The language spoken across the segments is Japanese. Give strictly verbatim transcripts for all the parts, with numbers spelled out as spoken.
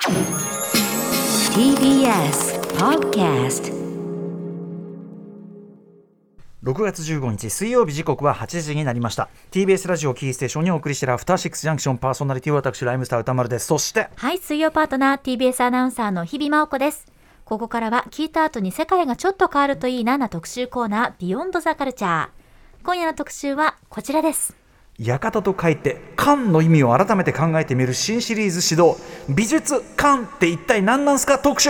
ティービーエス Podcast。 ろくがつじゅうごにち水曜日、時刻ははちじになりました。 ティービーエス ラジオキーステーションにお送りしているアフターシックスジャンクション、パーソナリティは私ライムスター歌丸です。そしてはい、水曜パートナー ティービーエス アナウンサーの日々真央子です。ここからは聞いた後に世界がちょっと変わるといいなな特集コーナー、ビヨンドザカルチャー。今夜の特集はこちらです。 館と書いて館の意味を改めて考えてみる新シリーズ始動、美術館って一体何なんすか特集。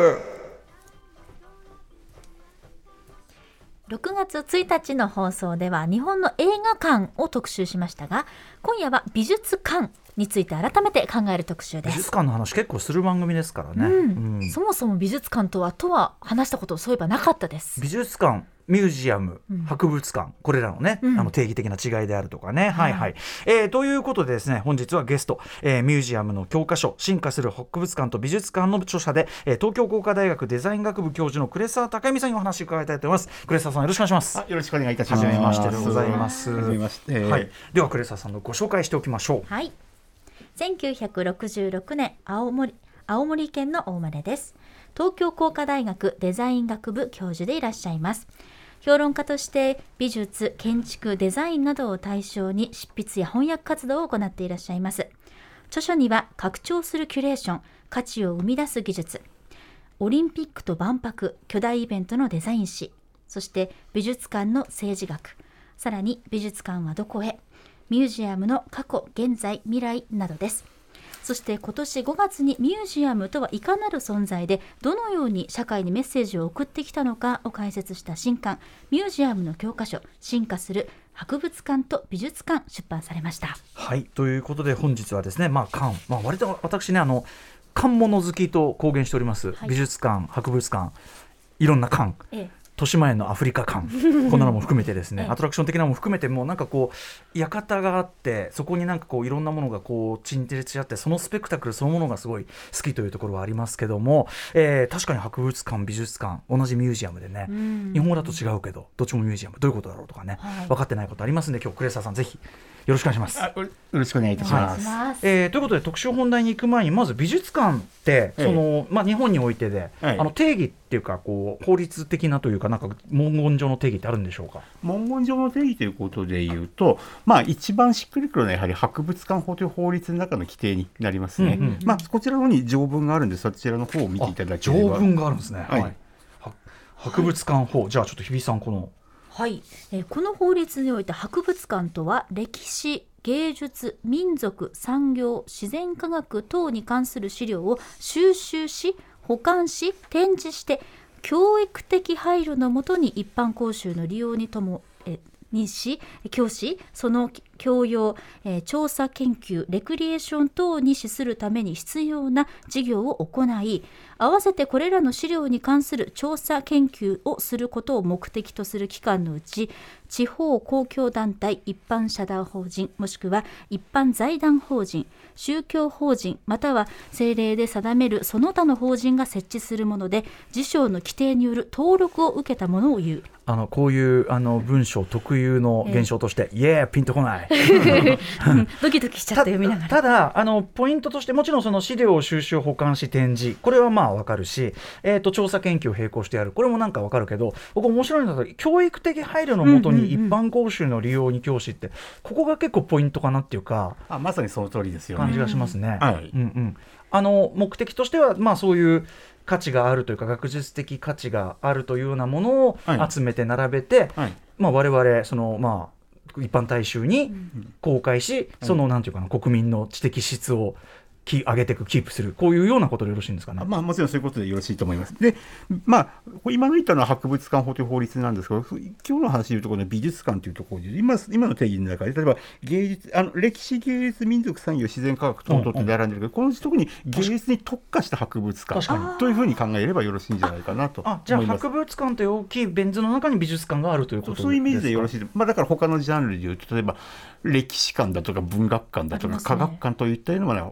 ろくがつついたちの放送では日本の映画館を特集しましたが、今夜は美術館について改めて考える特集です。 美術館の話結構する番組ですからね、 うんうん、 そもそも美術館とはとは話したことそういえばなかったです。 美術館、ミュージアム、 うん、 博物館、これらのね、うん、あの定義的な違いであるとかね、はいはい、えー、ということでですね、本日はゲスト、えー、ミュージアムの教科書進化する博物館と美術館の著者で、えー、東京工科大学デザイン学部教授の呉沢貴美さんにお話を伺いたいと思います。呉沢さん、よろしくお願いします。 あ、よろしくお願いいたします。 はじめましてでございます。 はじめまして、 はい、では呉沢さんのご紹介しておきましょう。 はい、せんきゅうひゃくろくじゅうろくねん青森、青森県のお生まれです。東京工科大学デザイン学部教授でいらっしゃいます。評論家として美術、建築、デザインなどを対象に執筆や翻訳活動を行っていらっしゃいます。著書には拡張するキュレーション、価値を生み出す技術、オリンピックと万博、巨大イベントのデザイン史、そして美術館の政治学、さらに美術館はどこへ、ミュージアムの過去、現在、未来などです。そして今年ごがつにミュージアムとはいかなる存在で、どのように社会にメッセージを送ってきたのかを解説した新刊、ミュージアムの教科書進化する博物館と美術館、出版されました。 はい、ということで本日はですね、まあ館、まあ、割と私ね、あの館物好きと公言しております、はい、美術館、博物館、いろんな館、ええ、豊島園のアフリカ館こんなのも含めてですね、ええ、アトラクション的なのも含めて、もうなんかこう館があって、そこになんかこういろんなものがこう陳列し合って、そのスペクタクルそのものがすごい好きというところはありますけども、えー、確かに博物館、美術館、同じミュージアムでね、日本語だと違うけどどっちもミュージアム、どういうことだろうとかね、はい、分かってないことありますんで、今日呉沢さんぜひよろしくお願いします。 あ、よろしくお願いいたします。 はい、 えー、ということで特集本題に行く前に、まず美術館ってその、ええ、まあ、日本においてで、はい、あの定義っていうかこう法律的なというか、なんか文言上の定義ってあるんでしょうか。 文言上の定義ということでいうと、まあ、一番しっくりくるのはやはり博物館法という法律の中の規定になりますね、うんうん、まあ、こちらの方に条文があるんで、そちらの方を見ていただければ。 条文があるんですね、はいはい、博物館法、はい、じゃあちょっと日比さん、このはい、えー、この法律において博物館とは、歴史、芸術、民族、産業、自然科学等に関する資料を収集し、保管し、展示して、教育的配慮のもとに一般公衆の利用にともえにし、教師、その教養、えー、調査研究、レクリエーション等に資するために必要な事業を行い、合わせてこれらの資料に関する調査研究をすることを目的とする機関のうち、地方公共団体、一般社団法人、もしくは一般財団法人、宗教法人、または政令で定めるその他の法人が設置するもので、辞書の規定による登録を受けたものを言う。 あのこういうあの文章特有の現象として、えー、イエーピンとこないドキドキしちゃった読みながら。 た, ただあのポイントとして、もちろんその資料を収集、保管し、展示、これはまあ分かるし、えー、と調査研究を並行してやる、これもなんか分かるけど、僕面白いのは教育的配慮のもとに一般公衆の利用に教師って、ここが結構ポイントかなっていうか、 あ、まさにその通りですよね、 感じがしますね、 はい、 うんうん、あの目的としては、まあ、そういう価値があるというか、学術的価値があるというようなものを集めて並べて、はい、まあ、我々その、まあ、一般大衆に公開し、うん、そのなんていうかな、国民の知的質を上げていく、キープする、こういうようなことでよろしいんですかね。 まあ、もちろんそういうことでよろしいと思います。で、まあ、今の言ったのは博物館法という法律なんですけど、今日の話でいうところの美術館というところで、今, 今の定義の中で、例えば芸術、あの歴史、芸術、民族、産業、自然科学等々って並んでるけど、うんうん、このうち特に芸術に特化した博物館というふうに考えればよろしいんじゃないかなと思います。 あ、じゃあ博物館という大きいベン図の中に美術館があるということですか。 そういうイメージでよろしい。まあ、だから他のジャンルでいうと、例えば歴史館だとか文学館だとか科学館といったような他のジャンル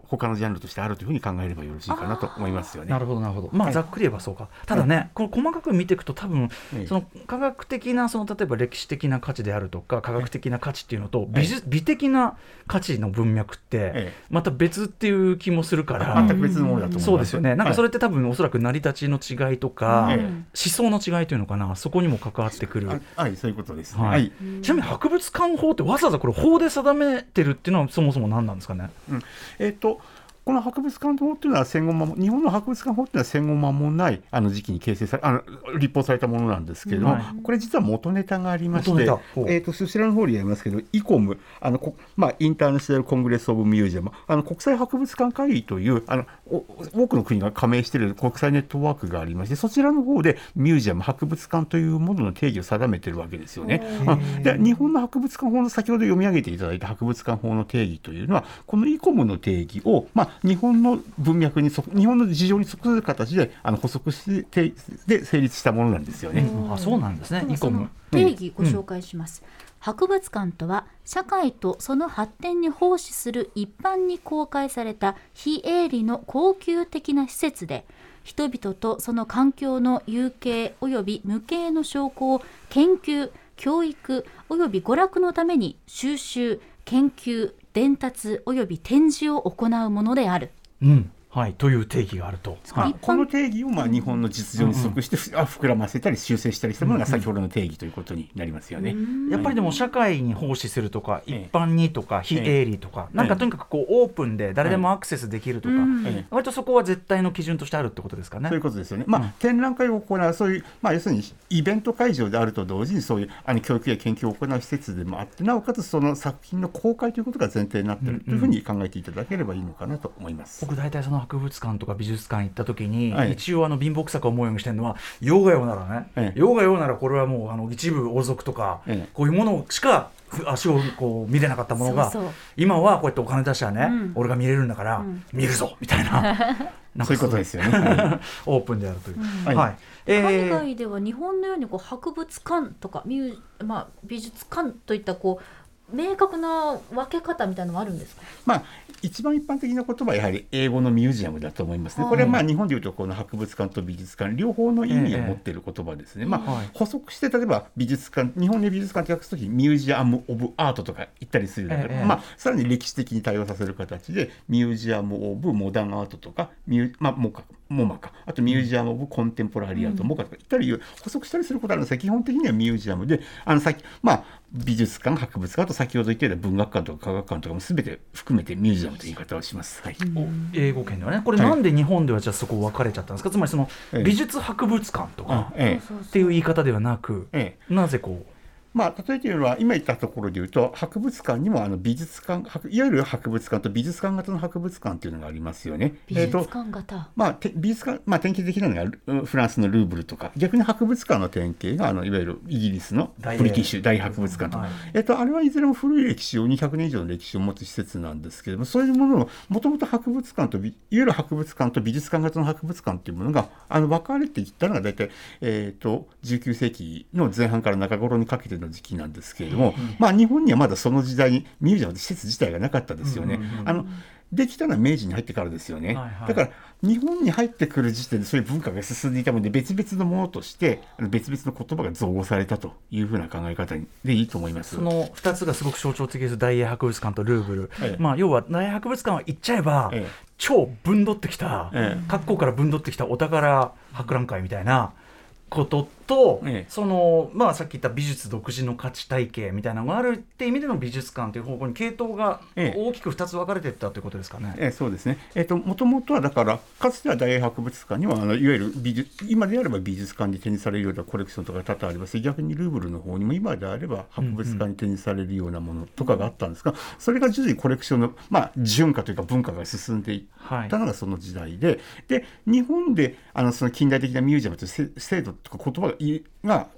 ャンルとしてあるというふうに考えればよろしいかなと思いますよね。 なるほどなるほど、まあ、 はい、 ざっくり言えばそうか。ただね、はい、この細かく見ていくと多分、 ええ、 その科学的なその例えば歴史的な価値であるとか科学的な価値っていうのと美術、美的な価値の文脈ってまた別っていう気もするから、 全く別のものだと思います。 そうですよね。なんかそれって多分おそらく成り立ちの違いとか、はい、思想の違いというのかな、そこにも関わってくる。 はい、そういうことですね。 はい、ちなみに博物館法ってわざわざこれ法で定めてるっていうのはそもそも何なんですかね。 うん、えーとこの博物館法というのは戦後間も日本の博物館法というのは戦後間もないあの時期に形成されあの立法されたものなんですけれども、はい、これ実は元ネタがありまして、えーとそちらの方にありますけど イコム あのこ、まあ、インターナショナルコングレス・オブ・ミュージアムあの国際博物館会議というあの多くの国が加盟している国際ネットワークがありまして、そちらの方でミュージアム博物館というものの定義を定めているわけですよね。で日本の博物館法の先ほど読み上げていただいた博物館法の定義というのはこの イコム の定義を、まあ、日本の文脈に日本の事情に即する形であの補足してで成立したものなんですよね。 あ、そうなんですね。 イコム定義ご紹介します、うん、博物館とは社会とその発展に奉仕する一般に公開された非営利の恒久的な施設で人々とその環境の有形及び無形の証拠を研究教育及び娯楽のために収集研究伝達及び展示を行うものである。 うん、はい、という定義があると、 はい、この定義をまあ日本の実情に即して、うん、あ膨らませたり修正したりしたものが先ほどの定義ということになりますよね。 うん、やっぱりでも社会に奉仕するとか、ええ、一般にとか非営利とか、ええ、なんかとにかくこうオープンで誰でもアクセスできるとか、ええ、割とそこは絶対の基準としてあるってことですかね。 そういうことですよね。まあ、うん、展覧会を行うそういう、まあ、要するにイベント会場であると同時にそういうあの教育や研究を行う施設でもあってなおかつその作品の公開ということが前提になっているというふうに考えていただければいいのかなと思います。 僕大体その博物館とか美術館行った時に、はい、一応あの貧乏くさく思うようにしてるのはヨガ用ならね、ええ、ヨガ用ならこれはもうあの一部王族とか、ええ、こういうものしか足をこう見れなかったものがそうそう今はこうやってお金出したらね、うん、俺が見れるんだから、うん、見るぞみたいななんかそういうことですよね、はい、 オープンであるという、 うん、はい、えー、海外では日本のようにこう博物館とかミュー、まあ、美術館といったこう明確な分け方みたいなのはあるんですか。 まあ、一番一般的な言葉はやはり英語のミュージアムだと思いますね。これはまあ日本でいうとこの博物館と美術館両方の意味を持っている言葉ですね。ええまあはい、補足して例えば美術館日本で美術館って訳すときミュージアム・オブ・アートとか言ったりするだから、えまあ、さらに歴史的に対応させる形でミュージアム・オブ・モダンアートとかミュー、まあ、モカモマかあとミュージアム・オブ・コンテンポラリーアート、うん、モカとか言ったり補足したりすることあるんですが基本的にはミュージアムであのさっき、まあ、美術館博物館と先ほど言っていた文学館とか科学館とかも全て含めてミュージアムという言い方をします。はい、 英語圏ではねこれなんで日本ではじゃあそこ分かれちゃったんですか。つまりその美術博物館とかっていう言い方ではなく、ええ、なぜこうまあ、例えていうのは今言ったところで言うと博物館にもあの美術館いわゆる博物館と美術館型の博物館というのがありますよね。 美術館型、えーとまあ、美術館、まあ、典型的なのがフランスのルーブルとか逆に博物館の典型があのいわゆるイギリスのブリティッシュ大博物館とか、はいえーと、あれはいずれも古い歴史をにひゃくねん以上の歴史を持つ施設なんですけれどもそういうものをもともと博物館といわゆる博物館と美術館型の博物館というものがあの分かれていったのが大体、えーと、じゅうきゅうせいきの前半から中頃にかけての時期なんですけれどもけれども、まあ、日本にはまだその時代にミュージアム施設自体がなかったですよね。うんうんうん、あのできたのは明治に入ってからですよね。はいはい、だから日本に入ってくる時点でそういう文化が進んでいたので別々のものとして別々の言葉が造語されたというふうな考え方でいいと思います。 そのふたつがすごく象徴的です。大英博物館とルーブル、ええまあ、要は大英博物館は言っちゃえば、ええ、超ぶんどってきた、ええ、各国からぶんどってきたお宝博覧会みたいなことと、ええそのまあ、さっき言った美術独自の価値体系みたいなのがあるっていう意味での美術館という方向に系統が大きくふたつ分かれていったということですかね。 ええ、そうですね。えっと、もともとはだからかつては大英博物館にはあのいわゆる美術今であれば美術館に展示されるようなコレクションとか多々ありますし逆にルーブルの方にも今であれば博物館に展示されるようなものとかがあったんですが、うんうん、それが徐々にコレクションの、まあ、純化というか文化が進んでいったのがその時代で、はい、で日本であのその近代的なミュージアムという制度とか言葉がが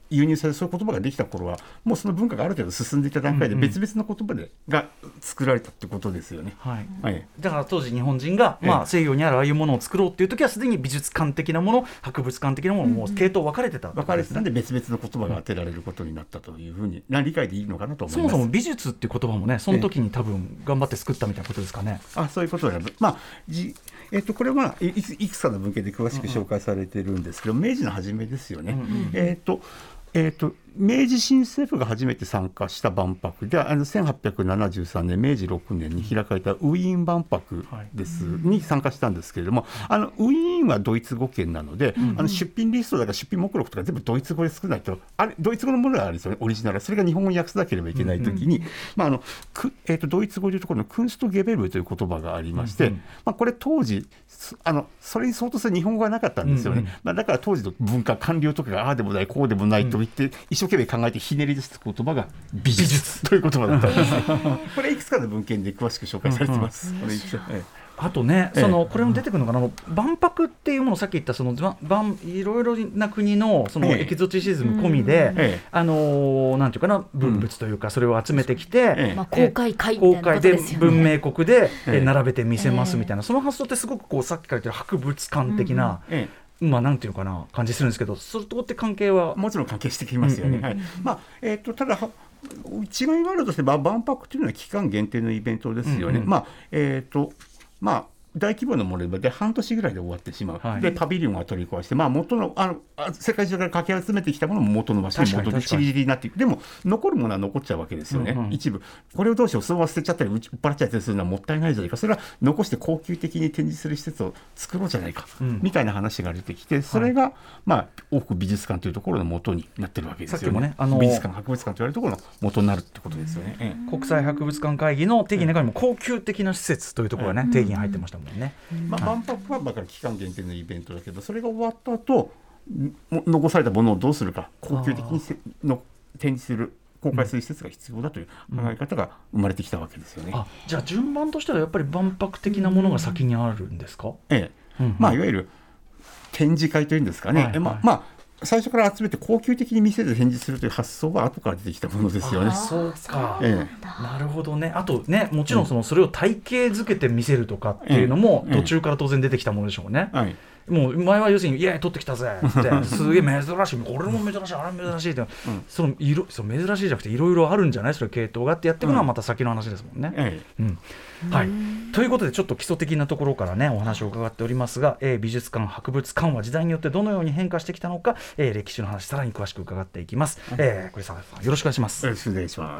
輸入されそういう言葉ができた頃はもうその文化がある程度進んでいた段階で別々の言葉でが作られたってことですよね、 はいはい、 だから当時日本人が、まあ、西洋にあるああいうものを作ろうっていう時はすでに美術館的なもの博物館的なものもう系統分かれてた、 分かれてたんで別々の言葉が当てられることになったというふうにな理解でいいのかなと思います。 そもそも美術っていう言葉もねその時に多分頑張って作ったみたいなことですかね。 あそういうことだ、まあじえっと、これは、まあ、い, いくつかの文献で詳しく紹介されているんですけど、うんうん、明治の初めですよね、うんうん、えっとえー、と明治新政府が初めて参加した万博であのせんはっぴゃくななじゅうさんねん明治ろくねんに開かれたウィーン万博です、はい、に参加したんですけれども、あのウィーンはドイツ語圏なので、うん、あの出品リストだから出品目録とか全部ドイツ語で作らないとあれドイツ語のものがあるんですよね、オリジナル。それが日本語に訳さなければいけないときに、うんうんまああのくえー、とドイツ語でいうところのクンストゲベルという言葉がありまして、うんうんまあ、これ当時あのそれに相当する日本語がなかったんですよね、うんうんまあ、だから当時の文化官僚とかがああでもないこうでもないと言って、うん、一生懸命考えてひねり出した言葉が美術という言葉だったんですこれいくつかの文献で詳しく紹介されてます、うんうん、 あとね、そのこれも出てくるのかな、あの万博っていうものをさっき言ったその万いろいろな国のそのエキゾチシズム込みで、ええ、あのなんていうかな文物というかそれを集めてきて、ええまあ、公開会みたいなことですよね。 公開で文明国で、ええ、並べて見せますみたいな、ええ、その発想ってすごくこうさっきから言ってる博物館的な、うんええまあ、なんていうのかな感じするんですけど、それとって関係はもちろん関係してきますよね、うんうんはいまあえー、とただ違いがあるとして万博というのは期間限定のイベントですよね、うんうんまあえーとまあ大規模なもので半年ぐらいで終わってしまう、はい、でパビリオンは取り壊して、まあ、元のあの世界中からかき集めてきたものも元の場所に戻ってちりぢりになっていく。でも残るものは残っちゃうわけですよね、うんうん、一部これをどうしようそのまま捨てちゃったり売っ払っちゃったりするのはもったいないじゃないか、それは残して高級的に展示する施設を作ろうじゃないか、うん、みたいな話が出てきて、それが、はいまあ、多く美術館というところの元になってるわけですよね。さっきもね、あのー、美術館博物館と言われるところの元になるってことですよね、うんうん、国際博物館会議の定義の中にも高級的な施設というところがね、うん、定義に入ってましたもんね、 うんまあ万博はだから期間限定のイベントだけど、それが終わった後残されたものをどうするか高級的にせの展示する公開する施設が必要だという考え方が生まれてきたわけですよね、 うん、あじゃあ順番としてはやっぱり万博的なものが先にあるんですか。 ええ、うんうんまあ、いわゆる展示会というんですかね、はいはいままあ最初から集めて高級的に見せて展示するという発想は後から出てきたものですよね。 あそうか、ええ、なるほどね。あとねもちろんそのそれを体系づけて見せるとかっていうのも途中から当然出てきたものでしょうね、ええはいもう前は要するにいや取ってきたぜってすげえ珍しい俺も珍しいあれ珍しいって、うん、その色その珍しいじゃなくていろいろあるんじゃないそれ系統がってやっていくのはまた先の話ですもんね、うんうんはい、ということでちょっと基礎的なところからねお話を伺っておりますが、えー、美術館博物館は時代によってどのように変化してきたのか、えー、歴史の話さらに詳しく伺っていきます、うんえー、これさんよろしくお願いします。 よろしくお願いします。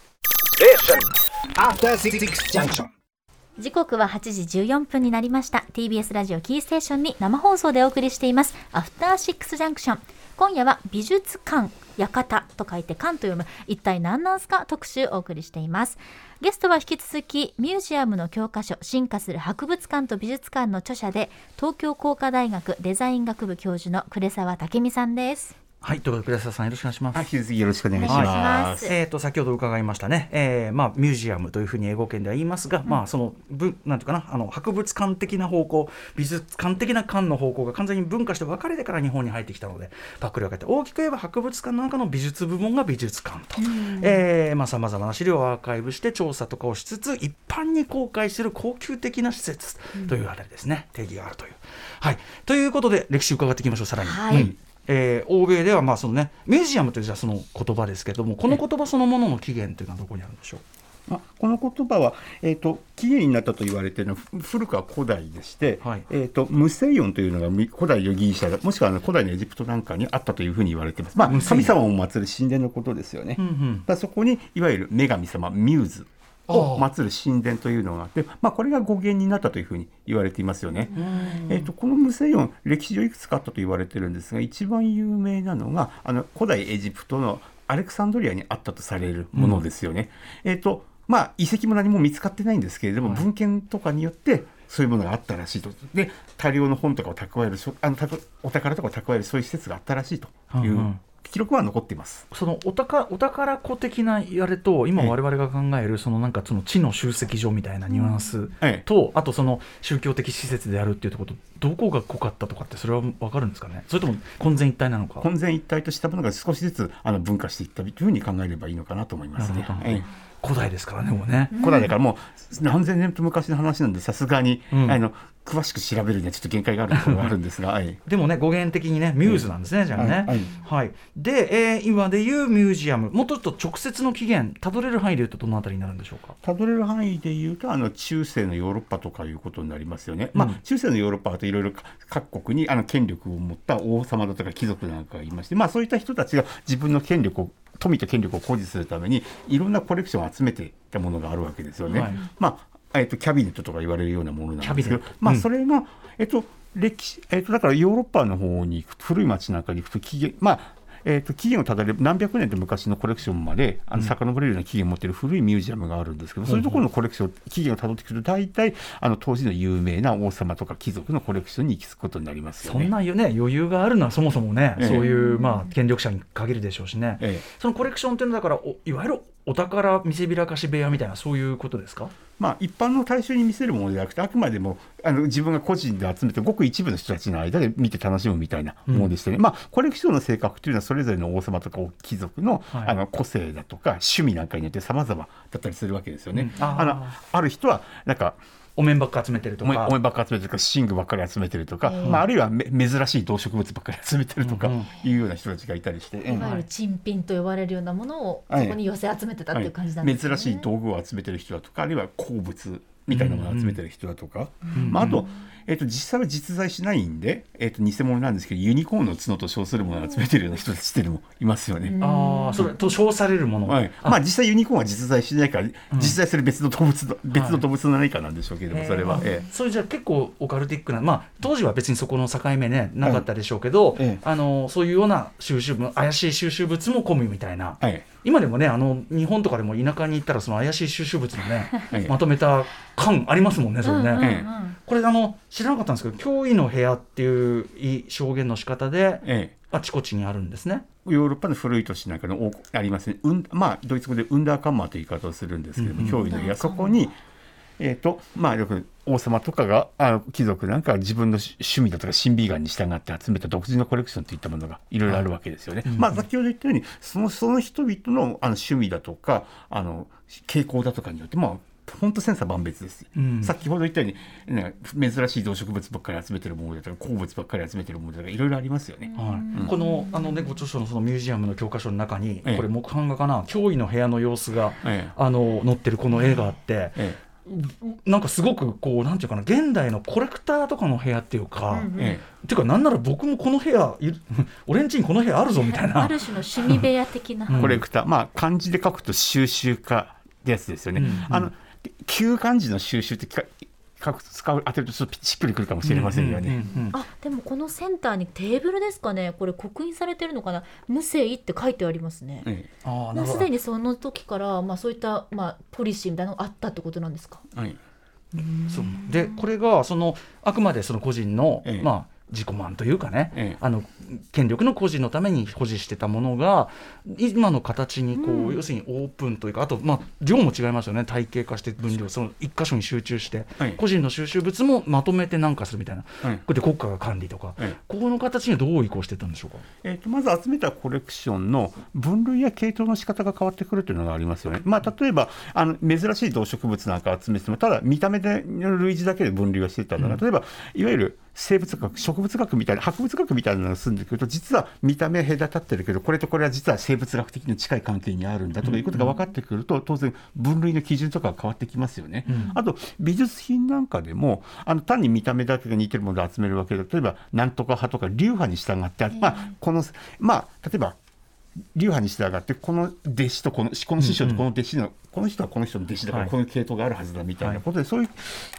時刻ははちじじゅうよんぷんになりました。 ティービーエス ラジオキーステーションに生放送でお送りしていますアフターシックスジャンクション。今夜は美術館館と書いて館と読む一体何なんすか特集をお送りしています。ゲストは引き続きミュージアムの教科書進化する博物館と美術館の著者で東京工科大学デザイン学部教授の呉沢武美さんです。 はい、ということで呉沢さんよろしくお願いします。 はい、引き続きよろしくお願いします。 えー、と先ほど伺いましたね、えーまあ、ミュージアムというふうに英語圏では言いますが、うんまあ、そのなんていうかなあの博物館的な方向美術館的な館の方向が完全に分化して分かれてから日本に入ってきたのでパックリ分けて大きく言えば博物館の中の美術部門が美術館とさまざまな資料をアーカイブして調査とかをしつつ一般に公開する高級的な施設というあたりですね、うん、定義があるという、はい、ということで歴史を伺っていきましょう。さらに、はいうんえー、欧米ではまあその、ね、ミュージアムというじゃその言葉ですけれどもこの言葉そのものの起源というのはどこにあるんでしょう。 あこの言葉は、えー、と起源になったと言われているのは古くは古代でして、はいえー、とムセイオンというのが古代のギリシャもしくは古代のエジプトなんかにあったというふうに言われています、まあ、神様を祀る神殿のことですよね、うんうん、だそこにいわゆる女神様ミューズを祀る神殿というのがあって、まあ、これが語源になったというふうに言われていますよね。えー、とこのムセイオン歴史上いくつかあったと言われているんですが一番有名なのがあの古代エジプトのアレクサンドリアにあったとされるものですよね、うんえーとまあ、遺跡も何も見つかってないんですけれども、はい、文献とかによってそういうものがあったらしいとで大量の本とかを蓄えるあのお宝とかを蓄えるそういう施設があったらしいという記録は残っています。 そのお宝、お宝庫的なやれと今我々が考えるそのなんかその地の集積所みたいなニュアンスと、あとその宗教的施設であるっていうところとどこが濃かったとかってそれは分かるんですかね。それとも混然一体なのか。 混然一体としたものが少しずつあの分化していったというふうに考えればいいのかなと思いますね。 古代ですからね、もうね、 古代だからもう何千年と昔の話なんでさすがに、うん、あの詳しく調べるにはちょっと限界があるところがあるんですが、はい、 でもね語源的にねミューズなんですね、はい、じゃあね、はいはいはい、で、えー、今でいうミュージアム、もうちょっと直接の起源たどれる範囲でいうとどのあたりになるんでしょうか。 たどれる範囲でいうとあの中世のヨーロッパとかいうことになりますよね、うん、まあ、中世のヨーロッパだといろいろ各国にあの権力を持った王様だとか貴族なんかがいまして、まあ、そういった人たちが自分の権力を富と権力を誇示するためにいろんなコレクションを集めていたものがあるわけですよね、はい、まあえー、とキャビネットとか言われるようなものなんですけど、まあ、それが、えーと歴史えー、とだからヨーロッパの方に行くと古い町なんかに行くと起源、まあえー、と起源をたどれる何百年と昔のコレクションまであの遡れるような起源を持っている古いミュージアムがあるんですけど、うん、そういうところのコレクション起源をたどってくると大体あの当時の有名な王様とか貴族のコレクションに行き着くことになりますよね。 そんな、ね、余裕があるのはそもそもね、ええ、そういう、まあ、権力者に限るでしょうしね、ええ、そのコレクションっていうのだからおいわゆるお宝見せびらかし部屋みたいなそういうことですか。 まあ、一般の大衆に見せるものではなくてあくまでもあの自分が個人で集めてごく一部の人たちの間で見て楽しむみたいなものでしてね、うん、まあ、コレクションの性格というのはそれぞれの王様とか貴族 の,、はい、あの個性だとか趣味なんかによって様々だったりするわけですよね、うん、ああのある人はなんかお面ばっか集めてるとかお面ばっか集めてるとか寝具ばっかり集めてるとか、まあ、あるいはめ珍しい動植物ばっかり集めてるとかいうような人たちがいたりして、 いわゆる珍品と呼ばれるようなものをそこに寄せ集めてたっていう感じなんですね、 はいはい、珍しい道具を集めてる人だとかあるいは鉱物みたいなものを集めてる人だとか、うんうん、まあ、あと、えー、と実際は実在しないんで、えー、と偽物なんですけどユニコーンの角と称するものを集めてるような人たちっていうのもいますよね、 うん、あそれと称されるもの、 はい、まあ、実際ユニコーンは実在しないから、うん、実在する別の動物の、別の動物の何かなんでしょうけども、はい、それは、えー、 それじゃあ結構オカルティックな、まあ、当時は別にそこの境目ねなかったでしょうけど、はい、あのそういうような収集物怪しい収集物も込みみたいな、はい、今でもねあの日本とかでも田舎に行ったらその怪しい収集物のね、はい、まとめた缶ありますもんね、それね、うんうんうん、これあの知らなかったんですけど脅威の部屋っていう表現の仕方で、ええ、あちこちにあるんですね。 ヨーロッパの古い都市なんかのありますね、うん、まあ、ドイツ語でウンダーカンマーという言い方をするんですけども、うんうん、脅威の部屋、そこに、えーとまあ、よく王様とかがあの貴族なんかは自分の趣味だとか審美眼に従って集めた独自のコレクションといったものがいろいろあるわけですよね、はい、まあ、先ほど言ったようにその、その人々 の, あの趣味だとかあの傾向だとかによって、まあ本当千差万別です、うん、先ほど言ったように、ね、珍しい動植物ばっかり集めてるものだとか鉱物ばっかり集めてるものだとかいろいろありますよね、 はい、うん、このあの、ね、ご著書 の, そのミュージアムの教科書の中に、ええ、これ木版画かな脅威の部屋の様子が、ええ、あの載ってるこの絵があって、ええ、なんかすごくこうなんていうかな現代のコレクターとかの部屋っていうか、うんうん、っていうかなんなら僕もこの部屋俺んちにこの部屋あるぞみたいなある種の趣味部屋的な、 うん、コレクター、まあ漢字で書くと収集家ってやつですよね、うんうん、あの旧漢字の収集って書く使う当てるとちょっとしっくりくるかもしれませんよね、うんうんうん、 あでもこのセンターにテーブルですかね、これ刻印されてるのかな、無声って書いてありますね、ええ、あもうすでにその時から、まあ、そういった、まあ、ポリシーみたいなのがあったってことなんですか。 はい、そうでこれがそのあくまでその個人の、ええ、まあ自己満というかね、ええ、あの権力の誇示のために保持してたものが今の形にこう、うん、要するにオープンというかあと、まあ、量も違いますよね、体系化して分量その一箇所に集中して、はい、個人の収集物もまとめて何かするみたいな、はい、これで国家が管理とか、はい、ここの形にはどう移行していったんでしょうか。 えー、とまず集めたコレクションの分類や系統の仕方が変わってくるというのがありますよね、まあ、例えばあの珍しい動植物なんか集めてもただ見た目で類似だけで分類はしていたのが、うん、例えばいわゆる生物学植物学みたいな博物学みたいなのが進んでくると実は見た目隔たってるけどこれとこれは実は生物学的に近い関係にあるんだとかいうことが分かってくると当然分類の基準とかが変わってきますよね、うん、あと美術品なんかでもあの単に見た目だけが似てるものを集めるわけで例えばなんとか派とか流派に従って、まあこのまあ、例えば流派に従ってこの弟子とこの、この師匠とこの弟子の、うんうん、この人はこの人の弟子だからこの系統があるはずだみたいなことで、はい、そういう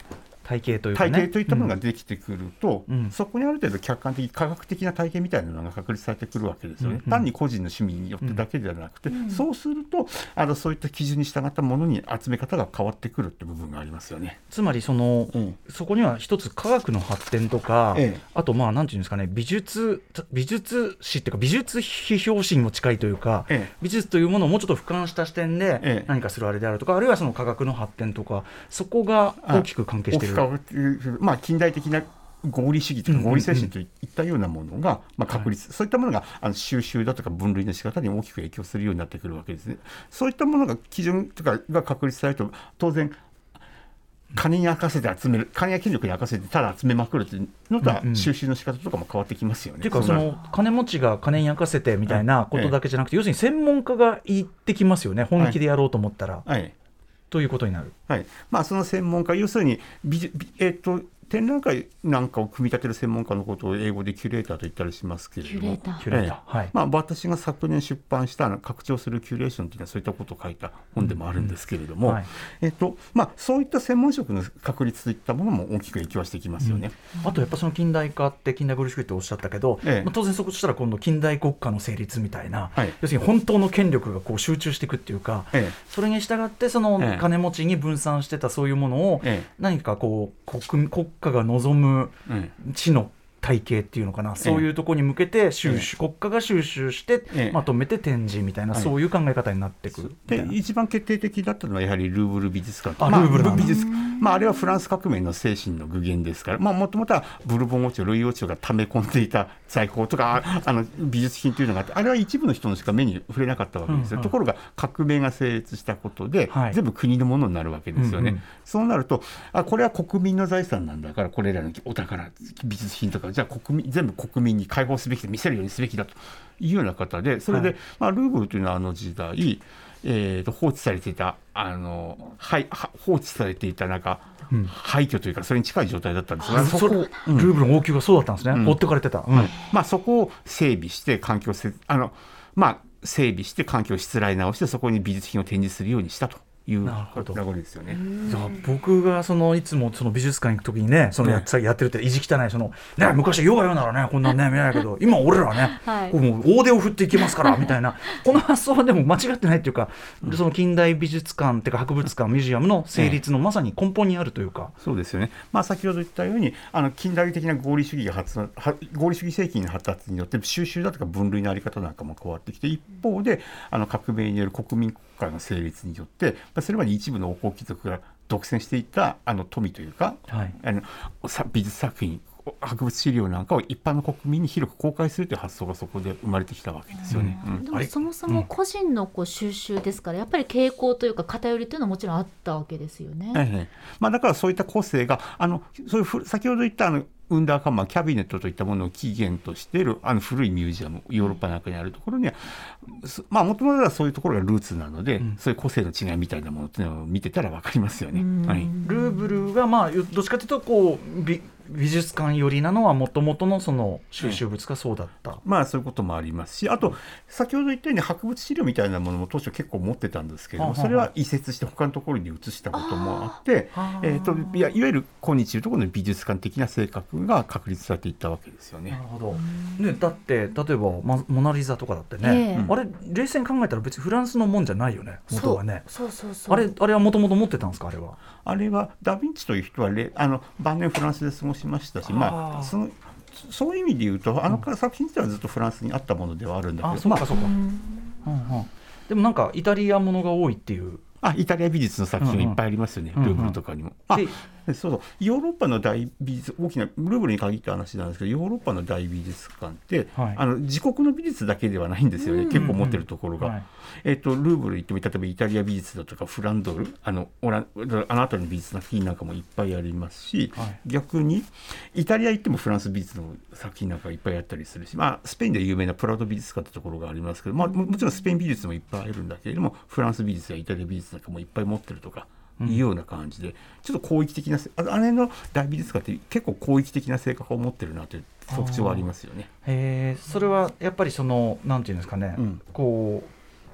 体系というか、ね、 体系といったものができてくると、 うん、 そこにある程度客観的科学的な体系みたいなのが確立されてくるわけですよね、うんうん、単に個人の趣味によってだけではなくて、うん、そうするとあのそういった基準に従ったものに集め方が変わってくるって部分がありますよね。 つまりその、うん、そこには一つ科学の発展とか、ええ、あとまあなんていうんですかね、美術美術史っていうか美術批評史にも近いというか、ええ、美術というものをもうちょっと俯瞰した視点で何かするあれであるとか、あるいはその科学の発展とか、そこが大きく関係している。 まあ、近代的な合理主義とか合理精神といったようなものが、まあ、確立、はい、そういったものがあの収集だとか分類の仕方に大きく影響するようになってくるわけですね。そういったものが基準とかが確立されると、当然金に明かせて集める、金や権力に明かせてただ集めまくるというのとは収集の仕方とかも変わってきますよね。 と、うんうん、いうかその金持ちが金に明かせてみたいなことだけじゃなくて、はい、要するに専門家が言ってきますよね、本気でやろうと思ったら、はいはい、ということになる。 はい、まあ、その専門家、要するに美、えー、と展覧会なんかを組み立てる専門家のことを英語でキュレーターと言ったりしますけれども、 キュレーター、 はい、まあ、私が昨年出版した拡張するキュレーションというのはそういったことを書いた本でもあるんですけれども、うんうん、はい、えーとまあ、そういった専門職の確立といったものも大きく影響してきますよね、 うん、あとやっぱその近代化って近代合理主義っておっしゃったけど、ええ、まあ、当然そこしたら今度近代国家の成立みたいな、はい、要するに本当の権力がこう集中していくっていうか、ええ、それに従ってその金持ちに分散してたそういうものを何かこう 国, 国家が望む知の体系っていうのかな、そういうところに向けて収集、ええ、国家が収集して、ええ、まとめて展示みたいな、はい、そういう考え方になってくるで、一番決定的だったのはやはりルーブル美術館、 あ、まあ、ルーブル美術、まあ、あれはフランス革命の精神の具現ですから、もともとはブルボン王朝、ルイ王朝が溜め込んでいた財宝とかあの美術品というのがあって、あれは一部の人のしか目に触れなかったわけですよ、うんうん、ところが革命が成立したことで、はい、全部国のものになるわけですよね、うんうん、そうなると、あ、これは国民の財産なんだから、これらのお宝美術品とかじゃあ国民全部国民に開放すべきで見せるようにすべきだというような方で、それで、はい、まあ、ルーブルというのはあの時代、えー、と放置されていたあの、はい、放置されていたなんか、うん、廃墟というかそれに近い状態だったんですが、 そこ、うん、ルーブルの王宮がそうだったんですね、うん、放ってかれてた、うん、はい、まあ、そこを整備して環境せあの、まあ、整備して環境をしつらい直して、そこに美術品を展示するようにしたという流れですよね。 じゃあ僕がそのいつもその美術館行くときにね、その や, やってるって意地汚いその、ね、昔ヨガよならねこんなんね見ないけど、今俺らね、はい、こうもう大手を振っていきますからみたいなこの発想はでも間違ってないっていうか、うん、その近代美術館っていうか博物館ミュージアムの成立のまさに根本にあるというか、 そうですよね、まあ、先ほど言ったようにあの近代的な合理主義が発合理主義精神の発達によって収集だとか分類のあり方なんかも変わってきて、一方であの革命による国民国家の成立によってそれまで一部の王侯貴族が独占していたあの富というか、はい、あの美術作品博物資料なんかを一般の国民に広く公開するという発想がそこで生まれてきたわけですよね、 うんうん、でもそもそも個人のこう収集ですから、やっぱり傾向というか偏りというのはもちろんあったわけですよね、 ええ、まあ、だからそういった個性があのそういう先ほど言ったあのウンダーカンマーキャビネットといったものを起源としているあの古いミュージアム、ヨーロッパの中にあるところには、まあ、もともとはそういうところがルーツなので、うん、そういう個性の違いみたいなものっていうのを見てたら分かりますよね、はい、 ルーブルが、まあ、どっちかというとこう美美術館寄りなのはもともとのその収集物がそうだった、 うん、まあそういうこともありますし、あと先ほど言ったように博物資料みたいなものも当初結構持ってたんですけれども、それは移設して他のところに移したこともあって、えー、といやいわゆる今日いうところの美術館的な性格が確立されていったわけですよね。 なるほど、ね、だって例えば、ま、モナリザとかだってね、えー、あれ冷静に考えたら別にフランスのもんじゃないよね、元はね。 そうそうそうそう、 あれあれはもともと持ってたんですか。あれはあれはダ・ヴィンチという人はあの晩年フランスで過ごしましたし、まあ、そのそういう意味で言うとあの作品自体はずっとフランスにあったものではあるんだけど、 あ、そうかそうか、まあ、うんうん、でもなんかイタリアものが多いっていう、 あ、イタリア美術の作品いっぱいありますよね、うんうん、ルーブルとかにも、うんうん、あ、そうそう、ヨーロッパの大美術、大きなルーブルに限った話なんですけど、ヨーロッパの大美術館って、はい、あの自国の美術だけではないんですよね、うんうんうん、結構持ってるところが、はい、えーと、ルーブル行っても例えばイタリア美術だとかフランドル、あのオラあの辺りの美術作品なんかもいっぱいありますし、はい、逆にイタリア行ってもフランス美術の作品なんかいっぱいあったりするし、まあ、スペインで有名なプラド美術館ってところがありますけど、まあ、もちろんスペイン美術もいっぱいあるんだけれども、フランス美術やイタリア美術なんかもいっぱい持ってるとかいうような感じで、ちょっと広域的な、あれの大美術館って結構広域的な性格を持ってるなという特徴はありますよね。 へー、それはやっぱりそのなんていうんですかね、うん、こう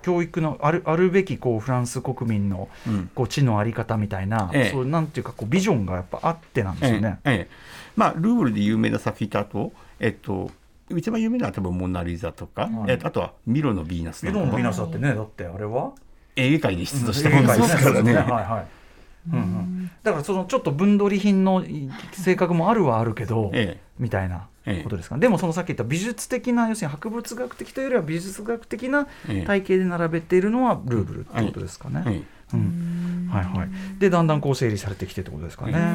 教育のある、あるべきこうフランス国民のこう知の在り方みたいな、 ええ、 そうなんていうかこうビジョンがやっぱあってなんですよね。 ええええ、まあ、ルーブルで有名な作品とあと、えっと、一番有名なのは多分モナリザとか、うん、えあとはミロのヴィーナスとか。 ミロのヴィーナスだってね、だってあれはエーゲ海で出土したものですからね。 はいはい、うんうん、だからそのちょっと分取り品の性格もあるはあるけど、ええ、みたいなことですか、ええ、でもそのさっき言った美術的な、要するに博物学的というよりは美術学的な体系で並べているのはルーブルってことですかね、ええ、うん、はいはい、でだんだんこう整理されてきてってことですかね、うんうん、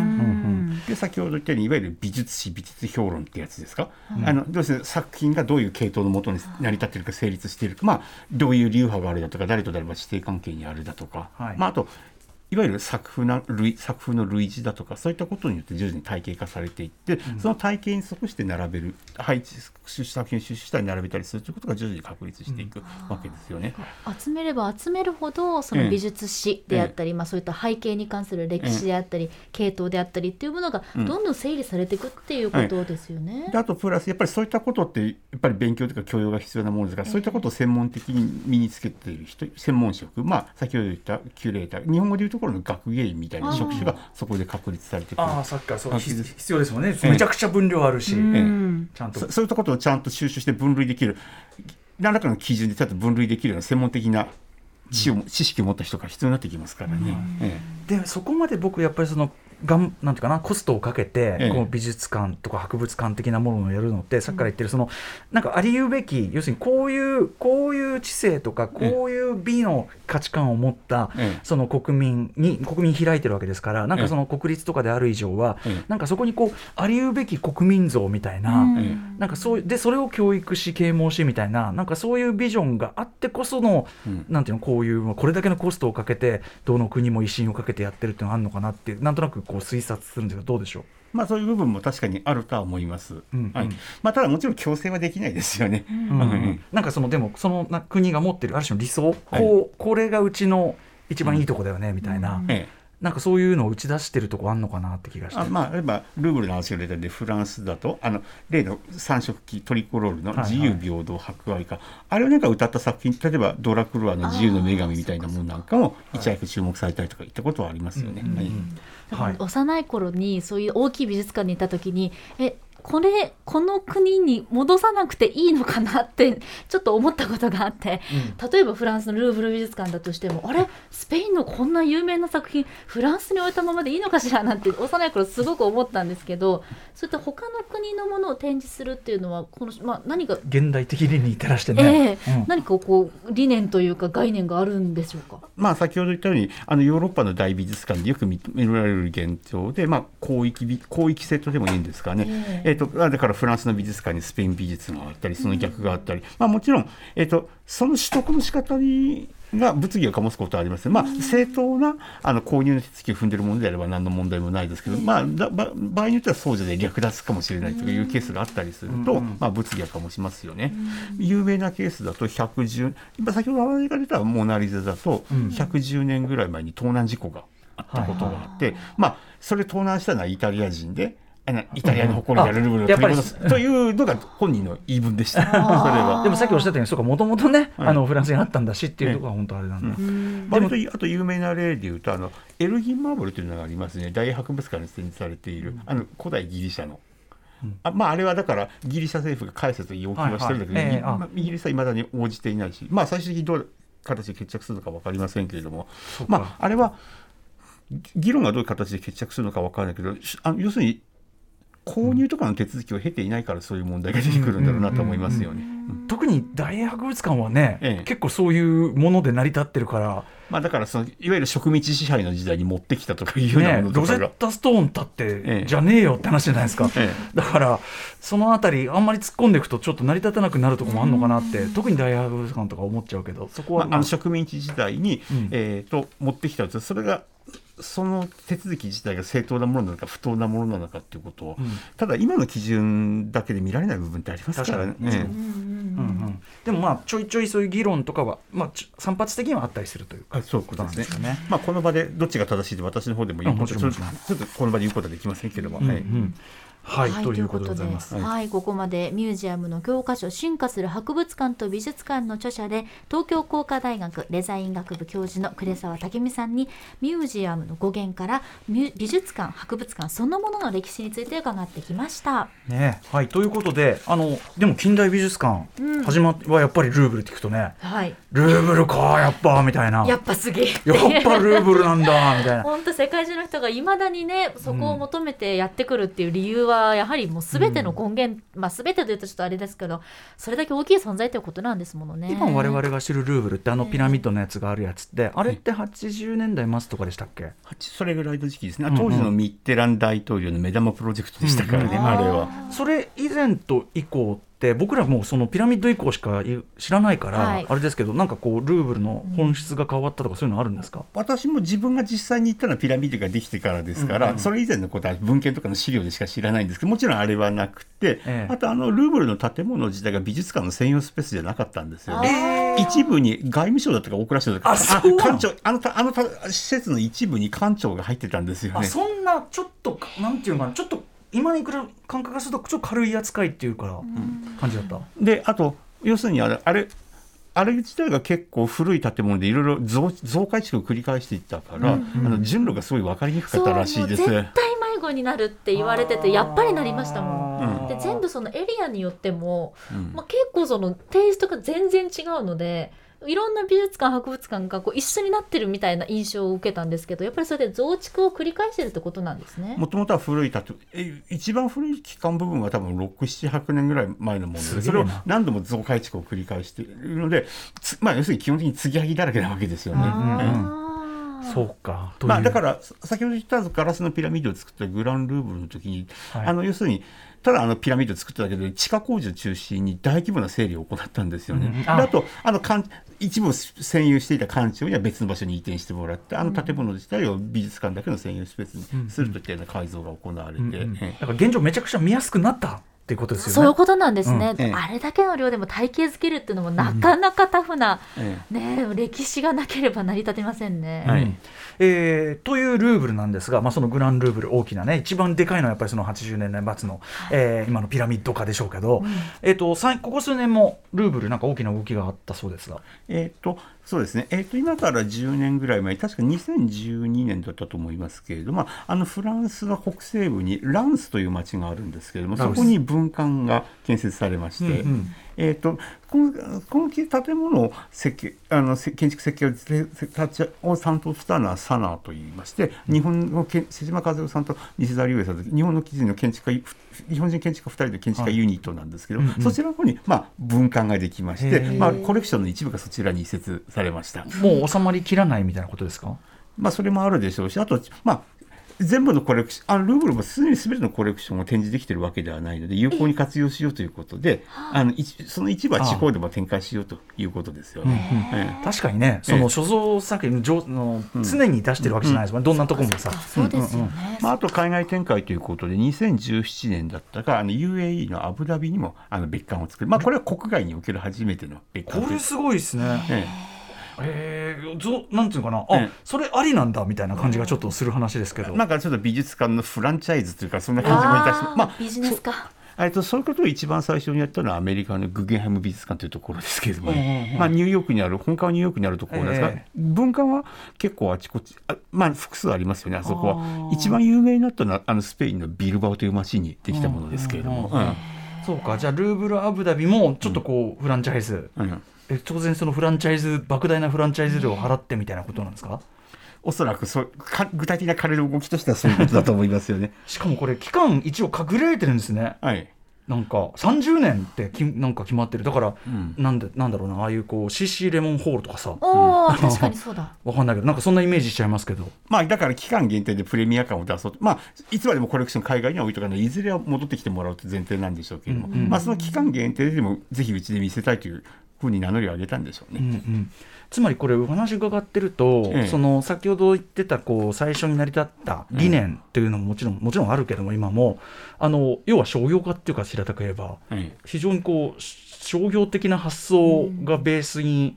で先ほど言ったようにいわゆる美術史美術評論ってやつですか、うん、あのどうして作品がどういう系統のもとに成り立っているか成立しているか、まあ、どういう流派があるだとか誰と誰が師弟関係にあるだとか、はい、まあ、あといわゆる作風な類作風の類似だとかそういったことによって徐々に体系化されていって、うん、その体系に即して並べる配置作品を収集したり並べたりするということが徐々に確立していくわけですよね、 うん、集めれば集めるほどその美術史であったり、ええ、まあ、そういった背景に関する歴史であったり、ええ、系統であったりっていうものがどんどん整理されていくっていうことですよね、 うん、であとプラスやっぱりそういったことってやっぱり勉強というか教養が必要なものですから、ええ、そういったことを専門的に身につけている人専門職、まあ、先ほど言ったキュレーター、日本語でいうところの学芸員みたいな職種がそこで確立されてくる。 ああ、さっきからそう必要ですもんね、めちゃくちゃ分量あるし、ええ、ちゃんと そ, そういったことをちゃんと収集して分類できる、何らかの基準でちゃんと分類できるような専門的な知, を、うん、知識を持った人が必要になってきますからね、うん、 ええ、でそこまで僕やっぱりそのがんなんていうかなコストをかけて、ええ、この美術館とか博物館的なものをやるのって、さっきから言ってるそのなんかありうべき、要するにこういうこういう知性とかこういう美の価値観を持った、ええ、その国民に国民開いてるわけですから、なんかその国立とかである以上は、ええ、なんかそこにこうありうべき国民像みたいな、ええ、なんかそうでそれを教育し啓蒙しみたいな、なんかそういうビジョンがあってこその、うん、なんていうの、こういうこれだけのコストをかけてどの国も威信をかけてやってるっていうのがあるのかなって、なんとなくこう推察するんですが、どうでしょう。 まあ、そういう部分も確かにあるとは思います、うんうん、はい、まあ、ただもちろん強制はできないですよね、うんうんうん、 なんかそのでもその国が持っているある種の理想、はい、こうこれがうちの一番いいとこだよねみたいな、うん、なんかそういうのを打ち出してるとこあるのかなって気がして、 あ、まあ、例えばルーブルの話が出たんでフランスだとあの例の三色旗トリコロールの自由平等博愛歌、はいはい、あれをなんか歌った作品、例えばドラクロワの自由の女神みたいなものなんかもいち早く注目されたりとかいったことはありますよね、はい、 はい、幼い頃にそういう大きい美術館にいた時にえこれこの国に戻さなくていいのかなってちょっと思ったことがあって、うん、例えばフランスのルーブル美術館だとしても、あれスペインのこんな有名な作品フランスに置いたままでいいのかしらなんて幼い頃すごく思ったんですけど、そういった他の国のものを展示するっていうのはこの、まあ、何か現代的理に照らしてね、 えーうん、何かこう理念というか概念があるんでしょうか。 まあ、先ほど言ったようにあのヨーロッパの大美術館でよく認められる現状で、まあ、広域美広域性とでもいいんですかね、えーえー、とだからフランスの美術館にスペイン美術があったりその逆があったり、うん、まあ、もちろん、えー、とその取得の仕方にが物議を醸すことはあります、まあ、正当なあの購入の手続きを踏んでいるものであれば何の問題もないですけど、まあ、だ場合によってはそうじゃない略奪かもしれないというケースがあったりすると、まあ、物議は醸しますよね。有名なケースだとひゃくじゅう今先ほど話が出たモナリザだとひゃくじゅうねんぐらい前に盗難事故があったことがあって、まあ、それ盗難したのはイタリア人でイタリアの誇りであるルーブルを取り戻すというのが本人の言い分でした。それはでもさっきおっしゃったようにそうかもともとね、はい、あのフランスにあったんだしっていうところが本当あれなんだ、うん、 でもあと有名な例でいうとあのエルギンマーブルというのがありますね。大博物館に展示されている、うん、あの古代ギリシャの、うん、あ, まあ、あれはだからギリシャ政府が返せと要求はしてるんだけど、はいはいえーまあ、イギリスは未だに応じていないし、まあ、最終的にどういう形で決着するのか分かりませんけれども、まあ、あれは議論がどういう形で決着するのか分からないけど、あの要するに購入とかの手続きを経ていないからそういう問題が出てくるんだろうなと思いますよね。 特に大英博物館はね、ええ、結構そういうもので成り立ってるから、 まあ、だからそのいわゆる植民地支配の時代に持ってきたとかいうようなものとかが、 ね、ロゼッタストーンだって、ええ、じゃねえよって話じゃないですか、ええ、だからそのあたりあんまり突っ込んでいくとちょっと成り立たなくなるところもあるのかなって、特に大英博物館とか思っちゃうけど、そこは、 まあ、あの植民地時代に、うんえー、と持ってきたと、それがその手続き自体が正当なものなのか不当なものなのかっていうことを、うん、ただ今の基準だけで見られない部分ってありますからね。 でもまあちょいちょいそういう議論とかは、まあ、散発的にはあったりするというか、 そういうことなんですね。まあ、この場でどっちが正しいで私の方でも言うこと、ちょっとこの場で言うことはできませんけれども、はい、うんうんはい、 はい、 ということでございます。 はい、はい、ここまでミュージアムの教科書進化する博物館と美術館の著者で東京工科大学デザイン学部教授の呉沢武美さんにミュージアムの語源から美術館博物館そのものの歴史について伺ってきました、 ね。はい、ということであのでも近代美術館、うん、始まはやっぱりルーブルって聞くとね、はい、ルーブルかやっぱみたいな、 やっぱすげえやっぱルーブルなんだみたいな本当世界中の人がいまだにねそこを求めてやってくるっていう理由はやはりもう全ての根源、うん、まあ全てというとちょっとあれですけどそれだけ大きい存在ということなんですものね。 今我々が知るルーブルってあのピラミッドのやつがあるやつって、えー、あれってはちじゅうねんだい末とかでしたっけ？ それぐらいの時期ですね。当時のミッテラン大統領の目玉プロジェクトでしたからね、うんうん、あれは。 それ以前と以降で僕らもうそのピラミッド以降しか知らないから、はい、あれですけどなんかこうルーブルの本質が変わったとかそういうのあるんですか？ 私も自分が実際に行ったのはピラミッドができてからですから、うんうん、それ以前のことは文献とかの資料でしか知らないんですけどもちろんあれはなくて、ええ、あとあのルーブルの建物自体が美術館の専用スペースじゃなかったんですよね。一部に外務省だったか大蔵省だったか あ, あ館長あのあの施設の一部に館長が入ってたんですよね。 あそんなちょっとなんていうのかなちょっと今に来る感覚がするとちょっと軽い扱いっていうか感じだった、うん、 であと要するにあれあれあれ自体が結構古い建物でいろいろ 増, 増改築を繰り返していったから、うんうん、あの順路がすごい分かりにくかったらしいです。 絶対迷子になるって言われててやっぱりなりましたもん、うん、で全部そのエリアによっても、うんまあ、結構そのテイストが全然違うのでいろんな美術館博物館がこう一緒になってるみたいな印象を受けたんですけどやっぱりそれで増築を繰り返してるってことなんですね。 もともとは古い建物一番古い期間部分は多分ろく、ななひゃくねんぐらい前のものでそれを何度も増改築を繰り返しているので、まあ、要するに基本的に継ぎはぎだらけなわけですよね。 そうか、 まあ、だから先ほど言ったガラスのピラミッドを作ったグランルーブルの時に、はい、あの要するにただあのピラミッドを作っただけで地下工事を中心に大規模な整理を行ったんですよね、うん、あ, あとあの一部占有していた館長には別の場所に移転してもらってあの建物自体を美術館だけの専用スペースにするといったような改造が行われて、うんうんうん、だから現状めちゃくちゃ見やすくなったっていうことですよね。 そういうことなんですね、うん、あれだけの量でも体系づけるっていうのもなかなかタフな、うんね、歴史がなければ成り立てませんね、 はい。えー、というルーブルなんですが、まあ、そのグランルーブル大きなね一番でかいのはやっぱりそのはちじゅうねんだい末の、はいえー、今のピラミッド化でしょうけど、うんえー、とここ数年もルーブルなんか大きな動きがあったそうですが、 えーとそうですね、えー、と今からじゅうねんぐらい前確かにせんじゅうにねんだったと思いますけれども、あのフランスの北西部にランスという町があるんですけれどもそこに文館が建設されまして、うんうんえー、とこの、この建物を設計あの建築設計を担当したのはサナーといいまして、日本の瀬島和代さんと西澤隆英さんと日本の基人の建築家日本人建築家ふたりで建築家ユニットなんですけど、はいうんうん、そちらの方に、まあ、文館ができまして、まあ、コレクションの一部がそちらに移設されました。 もう収まりきらないみたいなことですか？ まあ、それもあるでしょうし、あと、まあ全部のコレクションあのルーブルもすでに全てのコレクションを展示できているわけではないので有効に活用しようということであのその一部は地方でも展開しようということですよね、 うんうんええ、確かにねその所蔵作品の常に出してるわけじゃないですもん、うん、どんなところもさそうですよね、うんうんまあ、あと海外展開ということでにせんじゅうななねんだったかあの ユーエーイー のアブダビにもあの別館を作る、まあ、これは国外における初めての別館これすごいですね、えええー、なんていうかなあ、うん、それありなんだみたいな感じがちょっとする話ですけど、 なんかちょっと美術館のフランチャイズというかそんな感じもいたしまあビジネスかそ, そういうことを一番最初にやったのはアメリカのグゲンハイム美術館というところですけれども、ねうんうんまあ、ニューヨークにある本館はニューヨークにあるところですが、えー、文館は結構あちこちあ、まあ、複数ありますよね。あそこは一番有名になったのはあのスペインのビルバオという街にできたものですけれども、うんうんうん、 そうかじゃあルーブルアブダビもちょっとこうフランチャイズ、うんうん当然そのフランチャイズ莫大なフランチャイズ料を払ってみたいなことなんですか？ おそらくそうか具体的な彼の動きとしてはそういうことだと思いますよねしかもこれ期間一応限られてるんですね。 はいなんかさんじゅうねんってきなんか決まってるだから、うん、なんでなんだろうなああいうこう シーシー レモンホールとかさお、うん、確かにそうだわかんないけどなんかそんなイメージしちゃいますけど、 まあ、だから期間限定でプレミア感を出そうと、まあ、いつまでもコレクション海外には置いとかないいずれは戻ってきてもらうという前提なんでしょうけれども、うんうんまあ、その期間限定でもぜひうちで見せたいというふうに名乗りを上げたんでしょうね、うんうん、 つまりこれお話伺ってると、ええ、その先ほど言ってたこう最初に成り立った理念というのももちろん、もちろんあるけども今もあの要は商業化っていうか平たく言えば、ええ、非常にこう商業的な発想がベースに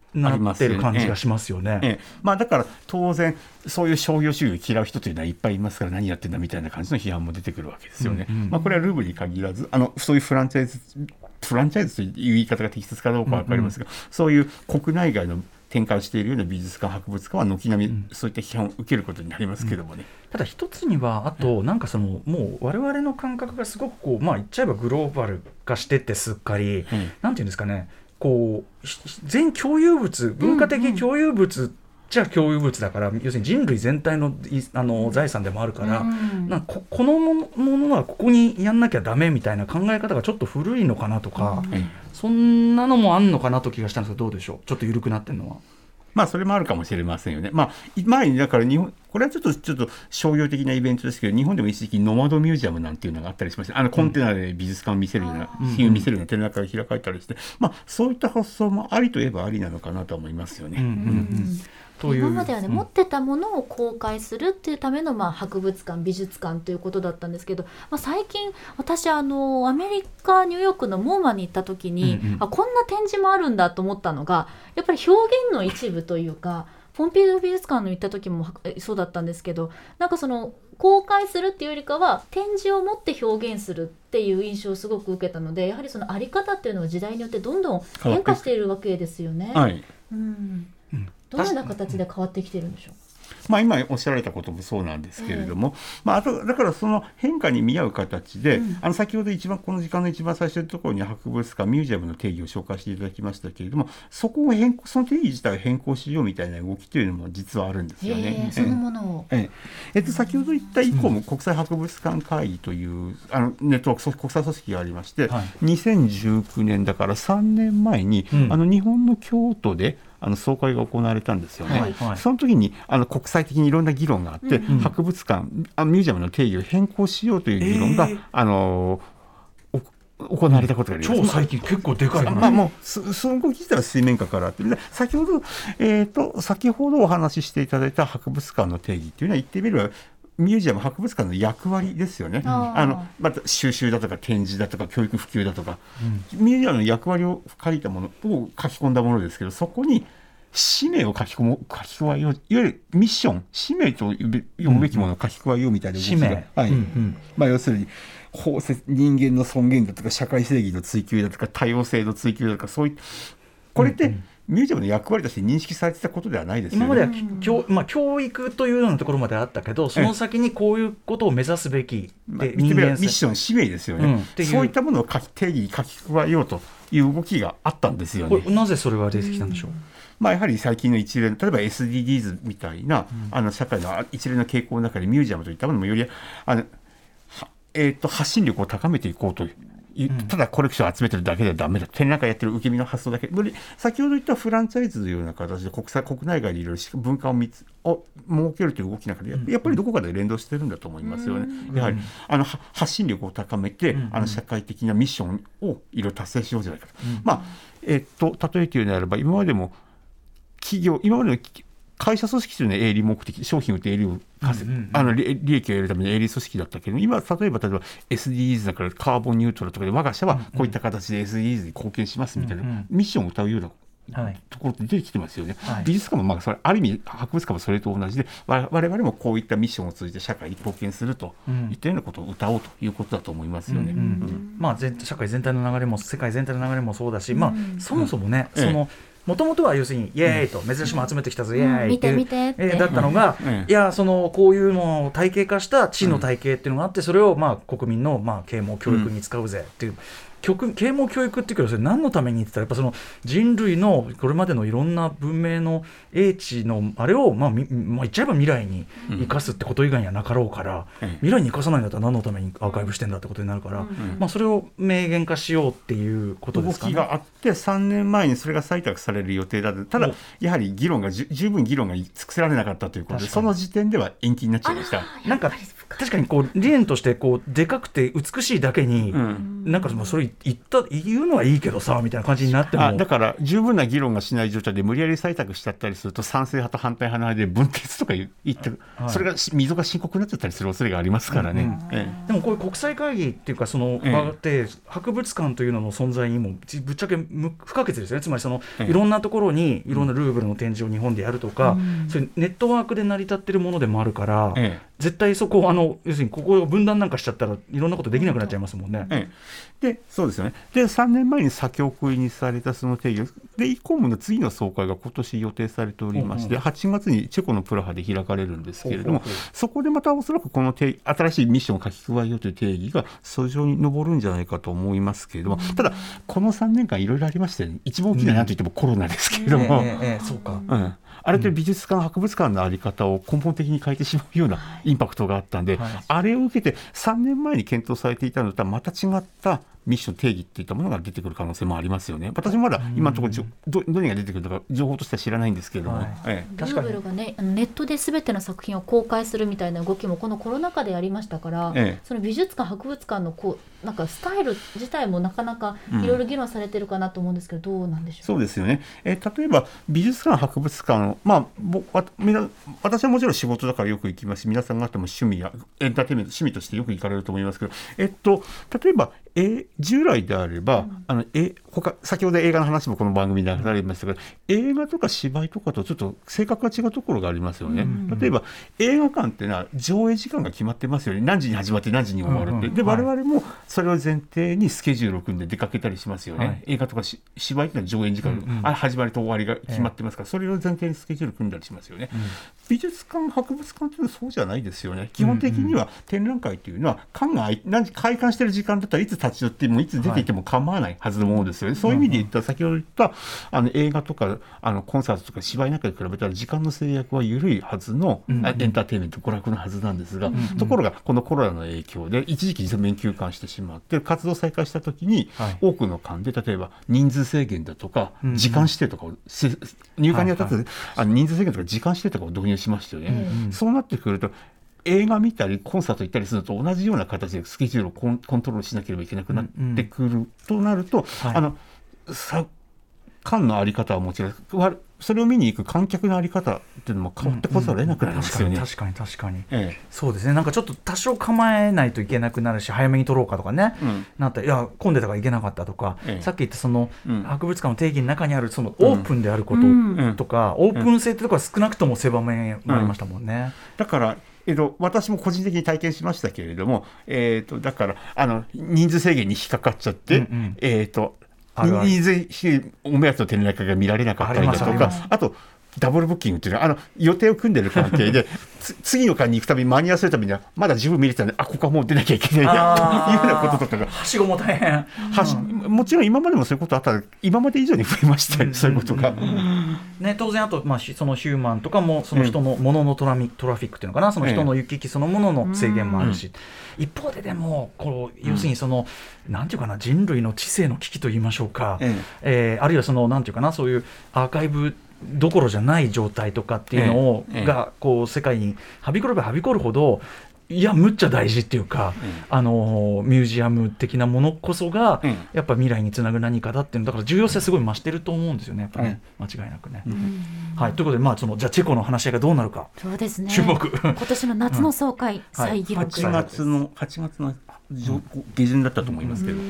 なってる感じがしますよね。 ええまあ、だから当然そういう商業主義を嫌う人というのはいっぱいいますから何やってんだみたいな感じの批判も出てくるわけですよね。うんうんまあ、これはルーブに限らずあのそういうフランチャイズフランチャイズという言い方が適切かどうかは分かりますが、うんうん、そういう国内外の展開をしているような美術館博物館は軒並みそういった批判を受けることになりますけどもね、 うん、ただ一つにはあとなんかそのもう我々の感覚がすごくこうまあ言っちゃえばグローバル化してってすっかり、うん、なんていうんですかねこう全共有物文化的共有物じゃ共有物だから、うんうん、要するに人類全体 の, あの財産でもあるから、うん、なんか こ, このものはここにやんなきゃダメみたいな考え方がちょっと古いのかなとか、うん、そんなのもあんのかなと気がしたんですけどどうでしょうちょっと緩くなってるのは。 まあそれもあるかもしれませんよね。まあ前にだから日本これはちょっとちょっと商業的なイベントですけど日本でも一時期ノマドミュージアムなんていうのがあったりしました。あのコンテナで美術館を見せるような、うん、品を見せるような展覧会が開かれたりして、まあそういった発想もありといえばありなのかなと思いますよね。うんうんうん今まではね、うん、持ってたものを公開するっていうための、まあ、博物館美術館ということだったんですけど、まあ、最近私あのアメリカニューヨークのモーマに行った時に、うんうん、あこんな展示もあるんだと思ったのがやっぱり表現の一部というかポンピドゥ美術館の行った時もそうだったんですけどなんかその公開するっていうよりかは展示を持って表現するっていう印象をすごく受けたのでやはりそのあり方っていうのは時代によってどんどん変化しているわけですよね。 はいうんどのような形で変わってきてるんでしょう。 まあ、今おっしゃられたこともそうなんですけれども、えーまあ、あとだからその変化に見合う形で、うん、あの先ほど一番この時間の一番最初のところに博物館ミュージアムの定義を紹介していただきましたけれどもそこを変更その定義自体を変更しようみたいな動きというのも実はあるんですよね。 えー、そのものを、 えーえー、と先ほど言った以降も国際博物館会議というあのネットワーク国際組織がありまして、はい、にせんじゅうきゅうねんだからさんねんまえに、うん、あの日本の京都であの総会が行われたんですよね。はいはい、その時にあの国際的にいろんな議論があって、うん、博物館あミュージアムの定義を変更しようという議論が、えー、あの行われたことがあります。 超最近結構でかいな、 まあ、もうそ, その動き自体は水面下からあって先ほど、えー、と先ほどお話ししていただいた博物館の定義というのは言ってみればミュージアム博物館の役割ですよね。ああのまた収集だとか展示だとか教育普及だとか、うん、ミュージアムの役割を借りたものを書き込んだものですけどそこに使命を書き込む書き加えよういわゆるミッション使命と読むべきものを書き加えようみたいな動きが、うんはいうんうんまあ、要するに包摂人間の尊厳だとか社会正義の追求だとか多様性の追求だとかそういったこれって、うんうんミュージアムの役割として認識されてたことではないですよね。 今までは教、まあ、教育というようなところまであったけどその先にこういうことを目指すべきで人間、まあ、ミッション使命ですよね、うん、そういったものを書き定義書き加えようという動きがあったんですよね。 これなぜそれが出てきたんでしょう。 まあ、やはり最近の一連例えば エスディージーズ みたいな、うん、あの社会の一連の傾向の中でミュージアムといったものもよりあの、えー、と発信力を高めていこうというただコレクションを集めてるだけではダメだ展覧会やってる受け身の発想だけ先ほど言ったフランチャイズのような形で国際国内外でいろいろ文化を見つを設けるという動きの中でやっぱりどこかで連動してるんだと思いますよね。やはりあの発信力を高めてあの社会的なミッションをいろいろ達成しようじゃないかと、まあえっと例えて言うならば今までも企業今までの会社組織というのは営利目的商品を売って営利を稼ぐ、うんうんうん、あの利益を得るための営利組織だったけど今例えば例えば エスディージーズ だからカーボンニュートラルとかで我が社はこういった形で エスディージーズ に貢献しますみたいな、うんうん、ミッションを謳うようなところって出てきてますよね、はい、美術館もまあそれある意味博物館もそれと同じで我々もこういったミッションを通じて社会に貢献するといったようなことを謳おうということだと思いますよね、うんうんうんまあ、社会全体の流れも世界全体の流れもそうだし、まあ、そもそもね、うん、その、ええもともとは要するにイエーイと珍しいもの集めてきたぞ、うん、イエーイっていう、うん、見て見てってだったのが、うん、いやそのこういうのを体系化した知の体系っていうのがあってそれをまあ国民のまあ啓蒙教育に使うぜっていう、うん啓蒙教育っていうけどそれ何のためにって言ったらやっぱその人類のこれまでのいろんな文明の英知のあれをまあ、まあ、言っちゃえば未来に生かすってこと以外にはなかろうから、うん、未来に生かさないんだったら何のためにアーカイブしてんだってことになるから、うんまあ、それを明言化しようっていうことですかね。 動きがあってさんねんまえにそれが採択される予定だっただやはり議論が十分議論が尽くせられなかったということでその時点では延期になっちゃいました。 なんか確かにこう理念としてこうでかくて美しいだけに、うん、なんかもうそれ言った言うのはいいけどさみたいな感じになっても、 あだから十分な議論がしない状態で無理やり採択しちゃったりすると賛成派と反対派の間で分裂とか言って、はい、それが溝が深刻になっちゃったりする恐れがありますからね、うんうんええ、でもこういう国際会議っていうかその場って、ええ、博物館というのの存在にもぶっちゃけ不可欠ですよね。つまりその、ええ、いろんなところにいろんなルーブルの展示を日本でやるとか、うん、そういうネットワークで成り立ってるものでもあるから、ええ、絶対そこあの要するにここを分断なんかしちゃったらいろんなことできなくなっちゃいますもんね、 ええ、でそうですよね。でさんねんまえに先送りにされたその定義でイコームの次の総会が今年予定されておりまして、うんうん、はちがつにチェコのプラハで開かれるんですけれども、うんうん、そこでまたおそらくこの定新しいミッションを書き加えようという定義が訴状に上るんじゃないかと思いますけれども、うん、ただこのさんねんかんいろいろありましたよね。一番大きな何といってもコロナですけれども、うんえーえー、そうか、うんあれって美術館博物館の在り方を根本的に変えてしまうようなインパクトがあったんで、はい、あれを受けてさんねんまえに検討されていたのとはまた違ったミッション定義っていったものが出てくる可能性もありますよね。私もまだ今のところ ど, どれが出てくるのか情報としては知らないんですけれども、はいええ、ルーブルが、ね、ネットで全ての作品を公開するみたいな動きもこのコロナ禍でやりましたから、ええ、その美術館博物館のこうなんかスタイル自体もなかなかいろいろ議論されてるかなと思うんですけど、うん、どうなんでしょうか。 そうですよね、えー、例えば美術館博物館、まあ、ぼわみな私はもちろん仕事だからよく行きますし、皆さん方も趣味やエンターテインメント趣味としてよく行かれると思いますけど、えっと、例えばえー、従来であれば、うん、あのえ他先ほど映画の話もこの番組で流れましたけど、映画とか芝居とかとちょっと性格が違うところがありますよね、うん、例えば映画館ってのは上映時間が決まってますよね。何時に始まって何時に終わるって、うんうん、で我々もそれを前提にスケジュールを組んで出かけたりしますよね、はい、映画とかし芝居ってのは上映時間、うんうん、あ始まりと終わりが決まってますから、それを前提にスケジュール組んだりしますよね、うん、美術館博物館っていうのはそうじゃないですよね。基本的には展覧会っていうのは館が開館してる時間だったらいつ立ち寄ってもいつ出ていても構わないはずのものですよね、はい、そういう意味で言ったら先ほど言ったあの映画とかあのコンサートとか芝居なんかに比べたら時間の制約は緩いはずの、うんうん、エンターテインメント娯楽のはずなんですが、うんうん、ところがこのコロナの影響で一時期全面休館してしまって活動再開した時に、はい、多くの館で例えば人数制限だとか、うんうん、時間指定とかを入館にあたって、はいはい、あの人数制限とか時間指定とかを導入しましたよね、うんうん、そうなってくると映画見たりコンサート行ったりすると同じような形でスケジュールをコン、コントロールしなければいけなくなってくるとなると、うんうん、あのさ館の在り方はもちろんそれを見に行く観客の在り方っていうのも変わってこざるを得なくなりますよね、 うんうん、確かに確かに確かに、ええ、そうですね。なんかちょっと多少構えないといけなくなるし早めに撮ろうかとかね、うん、なったらいや混んでたから行けなかったとか、ええ、さっき言ったその、うん、博物館の定義の中にあるそのオープンであることとか、うん、オープン性ってところは少なくとも狭めもありましたもんね、うんうん、だからえっと、私も個人的に体験しましたけれども、えー、とだからあの人数制限に引っかかっちゃって、うんうんえー、と人数お目当ての展覧会が見られなかったりだとか あ, あとダブルブッキングっていうのはあの予定を組んでる関係で次の間に行くたびに間に合わせるためにはまだ十分見れてたのであここはもう出なきゃいけないというようなこととかがはしごも大変、 はしもちろん今までもそういうことあったら今まで以上に増えましたよ、うん、そういうことが、 ね、当然あと、まあ、そのヒューマンとかもその人のもののトラミ、トラフィックっていうのかなその人の行き来そのものの制限もあるし、うん、一方ででもこう要するにその、うん、なんていうかな人類の知性の危機といいましょうか、うんえー、あるいはそのなんていうかなそういうアーカイブどころじゃない状態とかっていうのを、ええ、がこう世界にはびこればはびこるほどいやむっちゃ大事っていうか、ええ、あのミュージアム的なものこそが、ええ、やっぱ未来につなぐ何かだっていうのだから重要性すごい増してると思うんですよねやっぱね、ええ、間違いなくね、うんはい、ということで、まあ、そのじゃあチェコの話し合いがどうなるかそうですね注目今年の夏の総会、うん、再議論、 はちがつのはちがつの下旬だったと思いますけど、うん、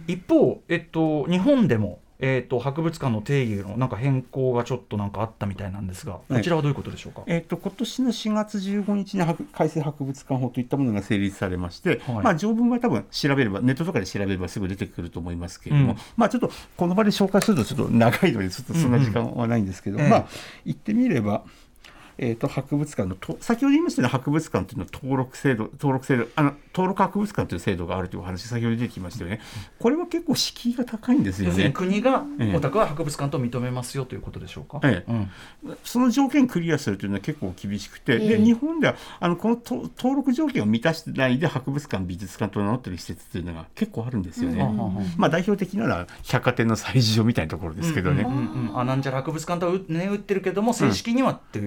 一方、えっと、日本でもえー、と博物館の定義のなんか変更がちょっとなんかあったみたいなんですがこちらはどういうことでしょうか。 はいえー、と今年のしがつじゅうごにちに改正博物館法といったものが成立されまして、はいまあ、条文は多分調べればネットとかで調べればすぐ出てくると思いますけれども、うんまあ、ちょっとこの場で紹介するとちょっと長いのでちょっとそんな時間はないんですけど、うんうんまあ、言ってみればえー、と博物館のと先ほど言いましたような博物館というのは登録制度登録制度あの登録博物館という制度があるというお話先ほど出てきましたよね。これは結構敷居が高いんですよね。 国がお宅は博物館と認めますよということでしょうか。ええうん、その条件クリアするというのは結構厳しくて、えー、で日本ではあのこのと登録条件を満たしてないで博物館美術館と名乗っている施設というのが結構あるんですよね。うんまあ、代表的なのは百貨店の催事場みたいなところですけどね。 うんうんうんうん、あなんじゃら博物館とは銘打ってるけども正式にはっていう、うん、 百貨店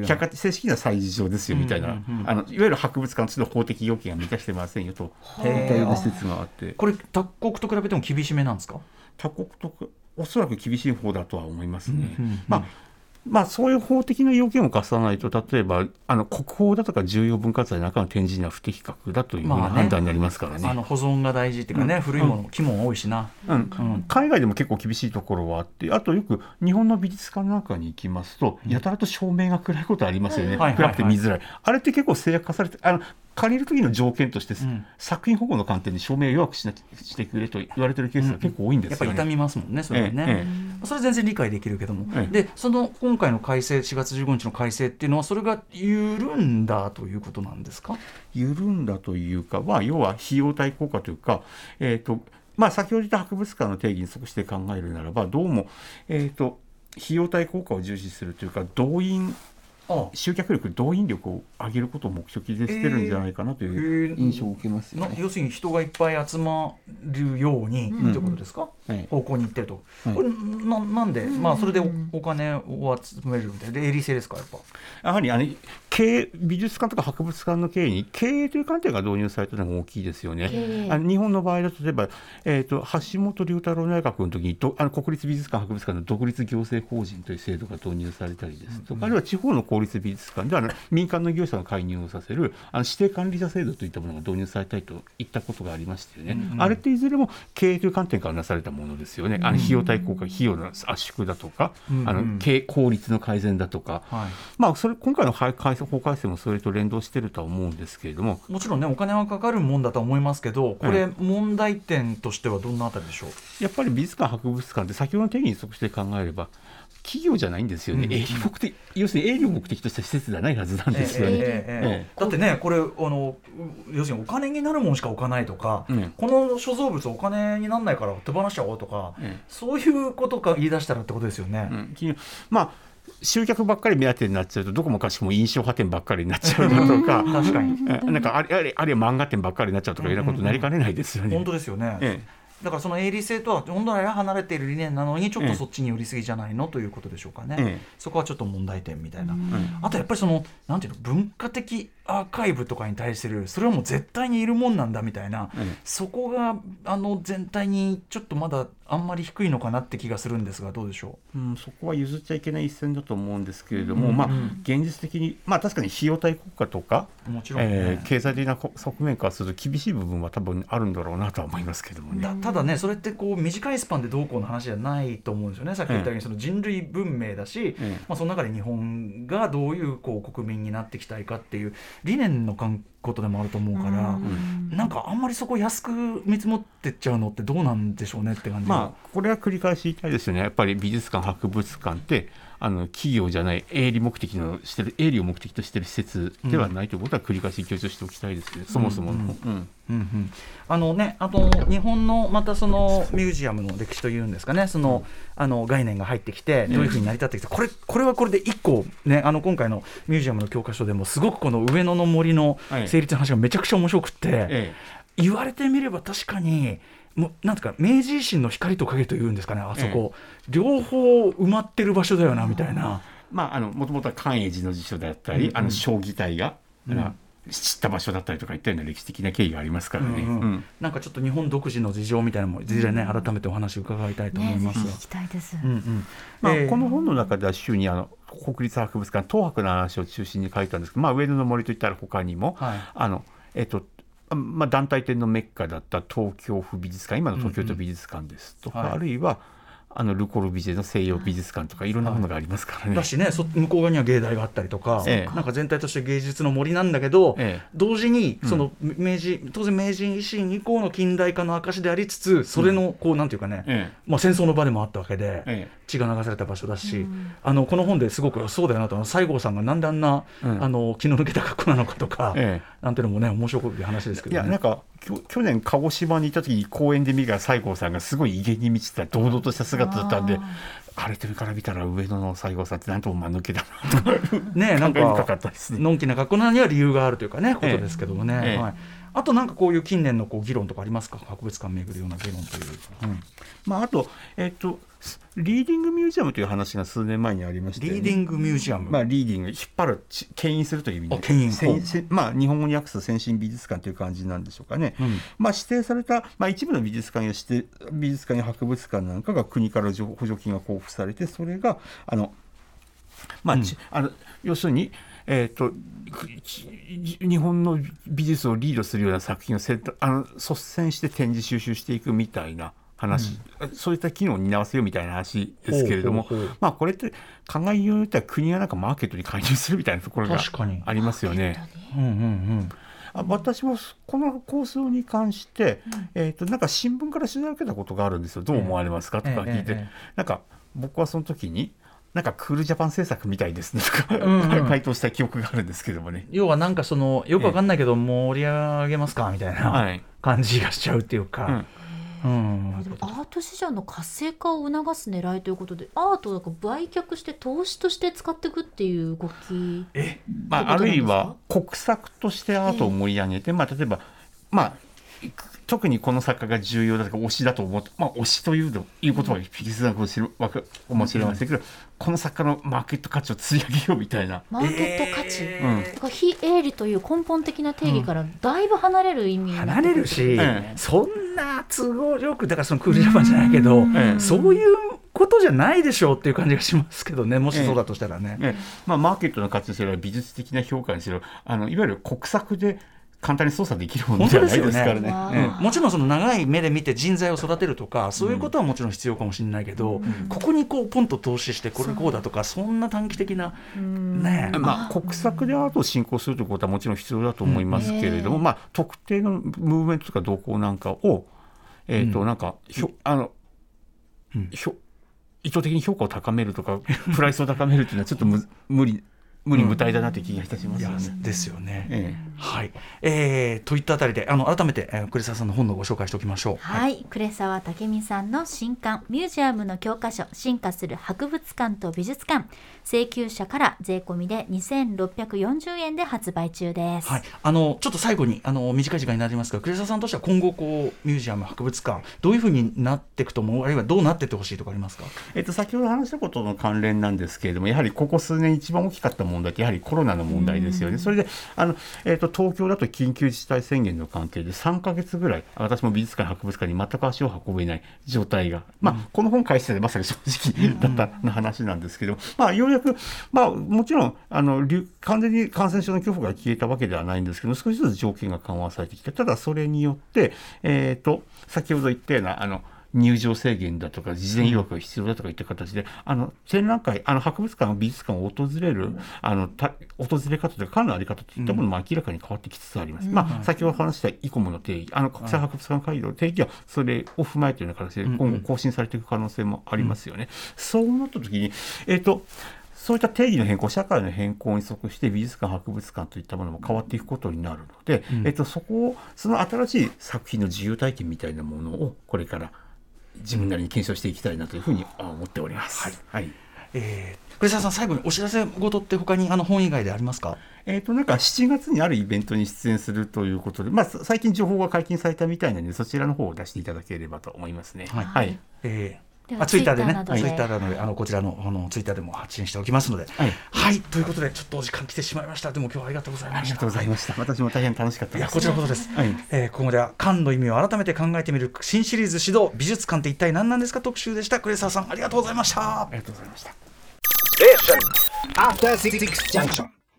正式な催事場ですよみたいな、うんうんうん、あのいわゆる博物館としての法的要件が満たしてませんよといったような施設があって、 これ他国と比べても厳しめなんですか？ 他国とおそらく厳しい方だとは思いますね、うんうんうん、まあまあ、そういう法的な要件を課さないと、例えばあの国宝だとか重要文化財の中の展示には不適格だというふうな判断になりますからね。まあ、ねあの保存が大事っていうかね、うん、古いもの、うん、規模が多いしな、 うんうん、海外でも結構厳しいところはあって、あとよく日本の美術館なんかに行きますと、やたらと照明が暗いことありますよね、うん、暗くて見づらい、あれって結構制約化されて、あの借りる時の条件として、うん、作品保護の観点で照明を弱くしなしてくれと言われてるケースが結構多いんですよね、 うん、やっぱり傷みますもんね、それはね、ええ、それ全然理解できるけども、ええ、でその今回の改正、しがつじゅうごにちの改正っていうのは、それが緩んだということなんですか？ 緩んだというか、まあ、要は費用対効果というか、えーとまあ、先ほど言った博物館の定義に即して考えるならば、どうも、えーと費用対効果を重視するというか、動員ああ集客力、動員力を上げることを目的でしてるんじゃないかなという印象を受けますよね、 えー、要するに人がいっぱい集まるようにということですか、うん、方向に行ってると、はい、これ な, なんで、まあ、それで お, お金を集めるみたいな、営利性ですか？やっぱやはりあの経営、美術館とか博物館の経営に経営という観点が導入されたのが大きいですよね。あの日本の場合だと、例えば、えー、と橋本龍太郎内閣の時にあの国立美術館博物館の独立行政法人という制度が導入されたりですとか、うん、あるいは地方の公立美術館では民間の業者が介入をさせるあの指定管理者制度といったものが導入されたりといったことがありましてよね、うん、あれっていずれも経営という観点からなされたものですよね。あの費用対効果、費用の圧縮だとか、うん、あの経営効率の改善だとか、はい、まあ、それ今回の法改正もそれと連動しているとは思うんですけれども、 もちろんねお金はかかるもんだとは思いますけど、これ問題点としてはどんなあたりでしょう？ やっぱり美術館博物館って先ほどの定義に即して考えれば企業じゃないんですよね、うん、営利目的、要するに営利を目的とした施設ではないはずなんですよね、えーえーえー、だってねこれあの要するにお金になるものしか置かないとか、うん、この所蔵物お金にならないから手放しちゃおうとか、うん、そういうことか言い出したらってことですよね、うん、 まあ集客ばっかり目当てになっちゃうとどこもかしこも印象派展ばっかりになっちゃうだとか確かになんかあれあれあれ漫画展ばっかりになっちゃうとかいうようなことになりかねないですよね、 うんうんうん、本当ですよね、ええ、だからその営利性とは本来は離れている理念なのにちょっとそっちに寄りすぎじゃないのということでしょうかね、ええ、そこはちょっと問題点みたいな、うん、あとやっぱりそのなんていうの文化的アーカイブとかに対するそれはもう絶対にいるもんなんだみたいな、うん、そこがあの全体にちょっとまだあんまり低いのかなって気がするんですがどうでしょう、うん、そこは譲っちゃいけない一線だと思うんですけれども、うんうん、まあ、現実的に、まあ、確かに費用対効果とかもちろん、ね、えー、経済的な側面からすると厳しい部分は多分あるんだろうなとは思いますけどもね。 だただねそれってこう短いスパンでどうこうの話じゃないと思うんですよね。さっき言ったようにその人類文明だし、うん、まあ、その中で日本がどういうこう国民になっていきたいかっていう理念の関ことでもあると思うから、うん、なんかあんまりそこ安く見積もってっちゃうのってどうなんでしょうねって感じ。 まあこれは繰り返し言いたいですよね。やっぱり美術館博物館ってあの企業じゃない営利目的のしてる営利を目的としている施設ではないということは繰り返し強調しておきたいですね、うん、そもそもの、うんうんうんうん、あのね、 あと日本のまたそのミュージアムの歴史というんですかね、その、うん、あの概念が入ってきてどういうふうに成り立ってきて、これこれはこれで一個ね、あの今回のミュージアムの教科書でもすごくこの上野の森の成立の話がめちゃくちゃ面白くって、はい、言われてみれば確かにもうなんていうか明治維新の光と影というんですかね、あそこ、ええ、両方埋まってる場所だよなみたいな、 まあ、あのもともとは寛永寺の辞書であったり、うんうん、あの将棋隊が、うん、知った場所だったりとかいったような歴史的な経緯がありますからね、うんうんうん、 なんかちょっと日本独自の事情みたいなのもいずれね、改めてお話を伺いたいと思います、ね、 聞きたいです、 うんうん、まあえー、この本の中では週にあの国立博物館東博の話を中心に書いたんですけど、まあ、上野の森といったら他にも、はい、あのえっとまあ、団体展のメッカだった東京府美術館、今の東京都美術館ですとか、うんうん、はい、あるいはあのル・コルビジェの西洋美術館とかいろんなものがありますからね、はい、 だしね、そ向こう側には芸大があったりとか、ええ、なんか全体として芸術の森なんだけど、ええ、同時にその明治、うん、当然明治維新以降の近代化の証でありつつ、それのこうなんていうかね、ええ、まあ、戦争の場でもあったわけで、ええ、血が流された場所だし、うん、あのこの本ですごくそうだよなと、西郷さんがなんであんな、うん、あの気の抜けた格好なのかとか、ええ、なんていうのもね面白い話ですけどね。 いやなんか去年鹿児島にいた時に公園で見た西郷さんがすごい威厳に満ちた堂々とした姿だったんで、晴れてるから見たら上野の西郷さんってなんとも間抜けだなとね、なんかのんきな格好なのには理由があるというかね、ことですけどもね、ええ、はい、あとなんかこういう近年のこう議論とかありますか、博物館巡るような議論という、うん、 まあ、あと、えー、とリーディングミュージアムという話が数年前にありまして、ね、 リーディングミュージアム、 まあ、リーディング引っ張る牽引するという意味で牽引、 まあ、日本語に訳す先進美術館という感じなんでしょうかね、うんまあ、指定された、まあ、一部の美術館や指定美術館や博物館なんかが国から補助金が交付されて、それがあの、まあうん、あの要するにえー、と日本の美術をリードするような作品をせあの率先して展示収集していくみたいな話、うん、そういった機能を担わせようみたいな話ですけれども、ほうほうほうまあ、これって考えようによっては国がなんかマーケットに介入するみたいなところがありますよね。うんうんうんあ私もこの構想に関して、うんえー、となんか新聞から取材を受けたことがあるんですよ。どう思われますか、えー、とか聞いて、えーえー、なんか僕はその時になんかクールジャパン政策みたいですねとか、うんうん、回答した記憶があるんですけどもね。 要はなんかそのよくわかんないけど盛り上げますかみたいな感じがしちゃうっていうか、うんうん、でもアート市場の活性化を促す狙いということで、アートを売却して投資として使っていくっていう動きえ、まあ、あるいは国策としてアートを盛り上げて、えーまあ、例えば、まあ、特にこの作家が重要だとか推しだと思って、まあ、推しというのいう言葉が必須なのかもしれませんけど、うん、この作家のマーケット価値を釣り上げようみたいなマーケット価値、えーうん、非営利という根本的な定義からだいぶ離れる意味になってくる、 離れるし、うん、そんな都合よくだからそのクールジャパンじゃないけど、うん、そういうことじゃないでしょうっていう感じがしますけどね、もしそうだとしたらね、 えーえーまあ、マーケットの価値にしろ美術的な評価にしろあのいわゆる国策で簡単に操作できるものじゃないですからね。 うん、もちろんその長い目で見て人材を育てるとかそういうことはもちろん必要かもしれないけど、うん、ここにこうポンと投資してこれこうだとか そ, そんな短期的な、ねまあ、国策でアートを進行するということはもちろん必要だと思いますけれども、うんまあ、特定のムーブメントとか動向なんかを、えーとうん、なんかひょあの、うん、ひょ意図的に評価を高めるとかプライスを高めるというのはちょっとむ無理無理無体だなという気がいたしますよね。 うん、ですよね。 ええはいえー、といったあたりであの改めて、えー、呉沢さんの本のご紹介しておきましょう。 はい、呉沢武美さんの新刊ミュージアムの教科書進化する博物館と美術館、請求者から税込みでにせんろっぴゃくよんじゅうえんで発売中です。 はい、あのちょっと最後にあの短い時間になりますが、呉沢さんとしては今後こうミュージアム博物館どういうふうになっていくと思う、あるいはどうなっていってほしいとかありますか。 えっと、先ほど話したことの関連なんですけれども、やはりここ数年一番大きかった問題ってやはりコロナの問題ですよね。それであの、えーと、東京だと緊急事態宣言の関係でさんかげつぐらい私も美術館博物館に全く足を運べない状態が、まあ、この本開始でまさに正直だったの話なんですけど、まあ、ようやく、まあ、もちろんあの完全に感染症の恐怖が消えたわけではないんですけど、少しずつ条件が緩和されてきて、ただそれによって、えーと、先ほど言ったようなあの入場制限だとか事前予約が必要だとかいった形で、あの展覧会、あの博物館美術館を訪れる、うん、あのた訪れ方というか館の在り方といったものも明らかに変わってきつつあります。うんまあ、先ほど話したイコムの定義、あの国際博物館会議の定義はそれを踏まえているような形で今後更新されていく可能性もありますよね。うん、そうなった時に、えーとそういった定義の変更、社会の変更に即して美術館、博物館といったものも変わっていくことになるので、うんえーとそこをその新しい作品の自由体験みたいなものをこれから自分なりに検証していきたいなというふうに思っております。はいはいえー、呉沢さん、最後にお知らせ事って他にあの本以外でありますか。 えーとなんかしちがつにあるイベントに出演するということで、まあ、最近情報が解禁されたみたいなのでそちらの方を出していただければと思いますね。はいはいえーあツイッターでね、ツイッターなので、あのこちらのあのツイッターでも発信しておきますので、はい、はい、ということでちょっとお時間来てしまいました。でも今日はありがとうございました。 ありがとうございました。私も大変楽しかったです。 いやこちらこそです。はい、えー、ここでは館の意味を改めて考えてみる新シリーズ指導美術館って一体何なんですか特集でした。呉沢さんありがとうございました。 ありがとうございました。 After Six Junction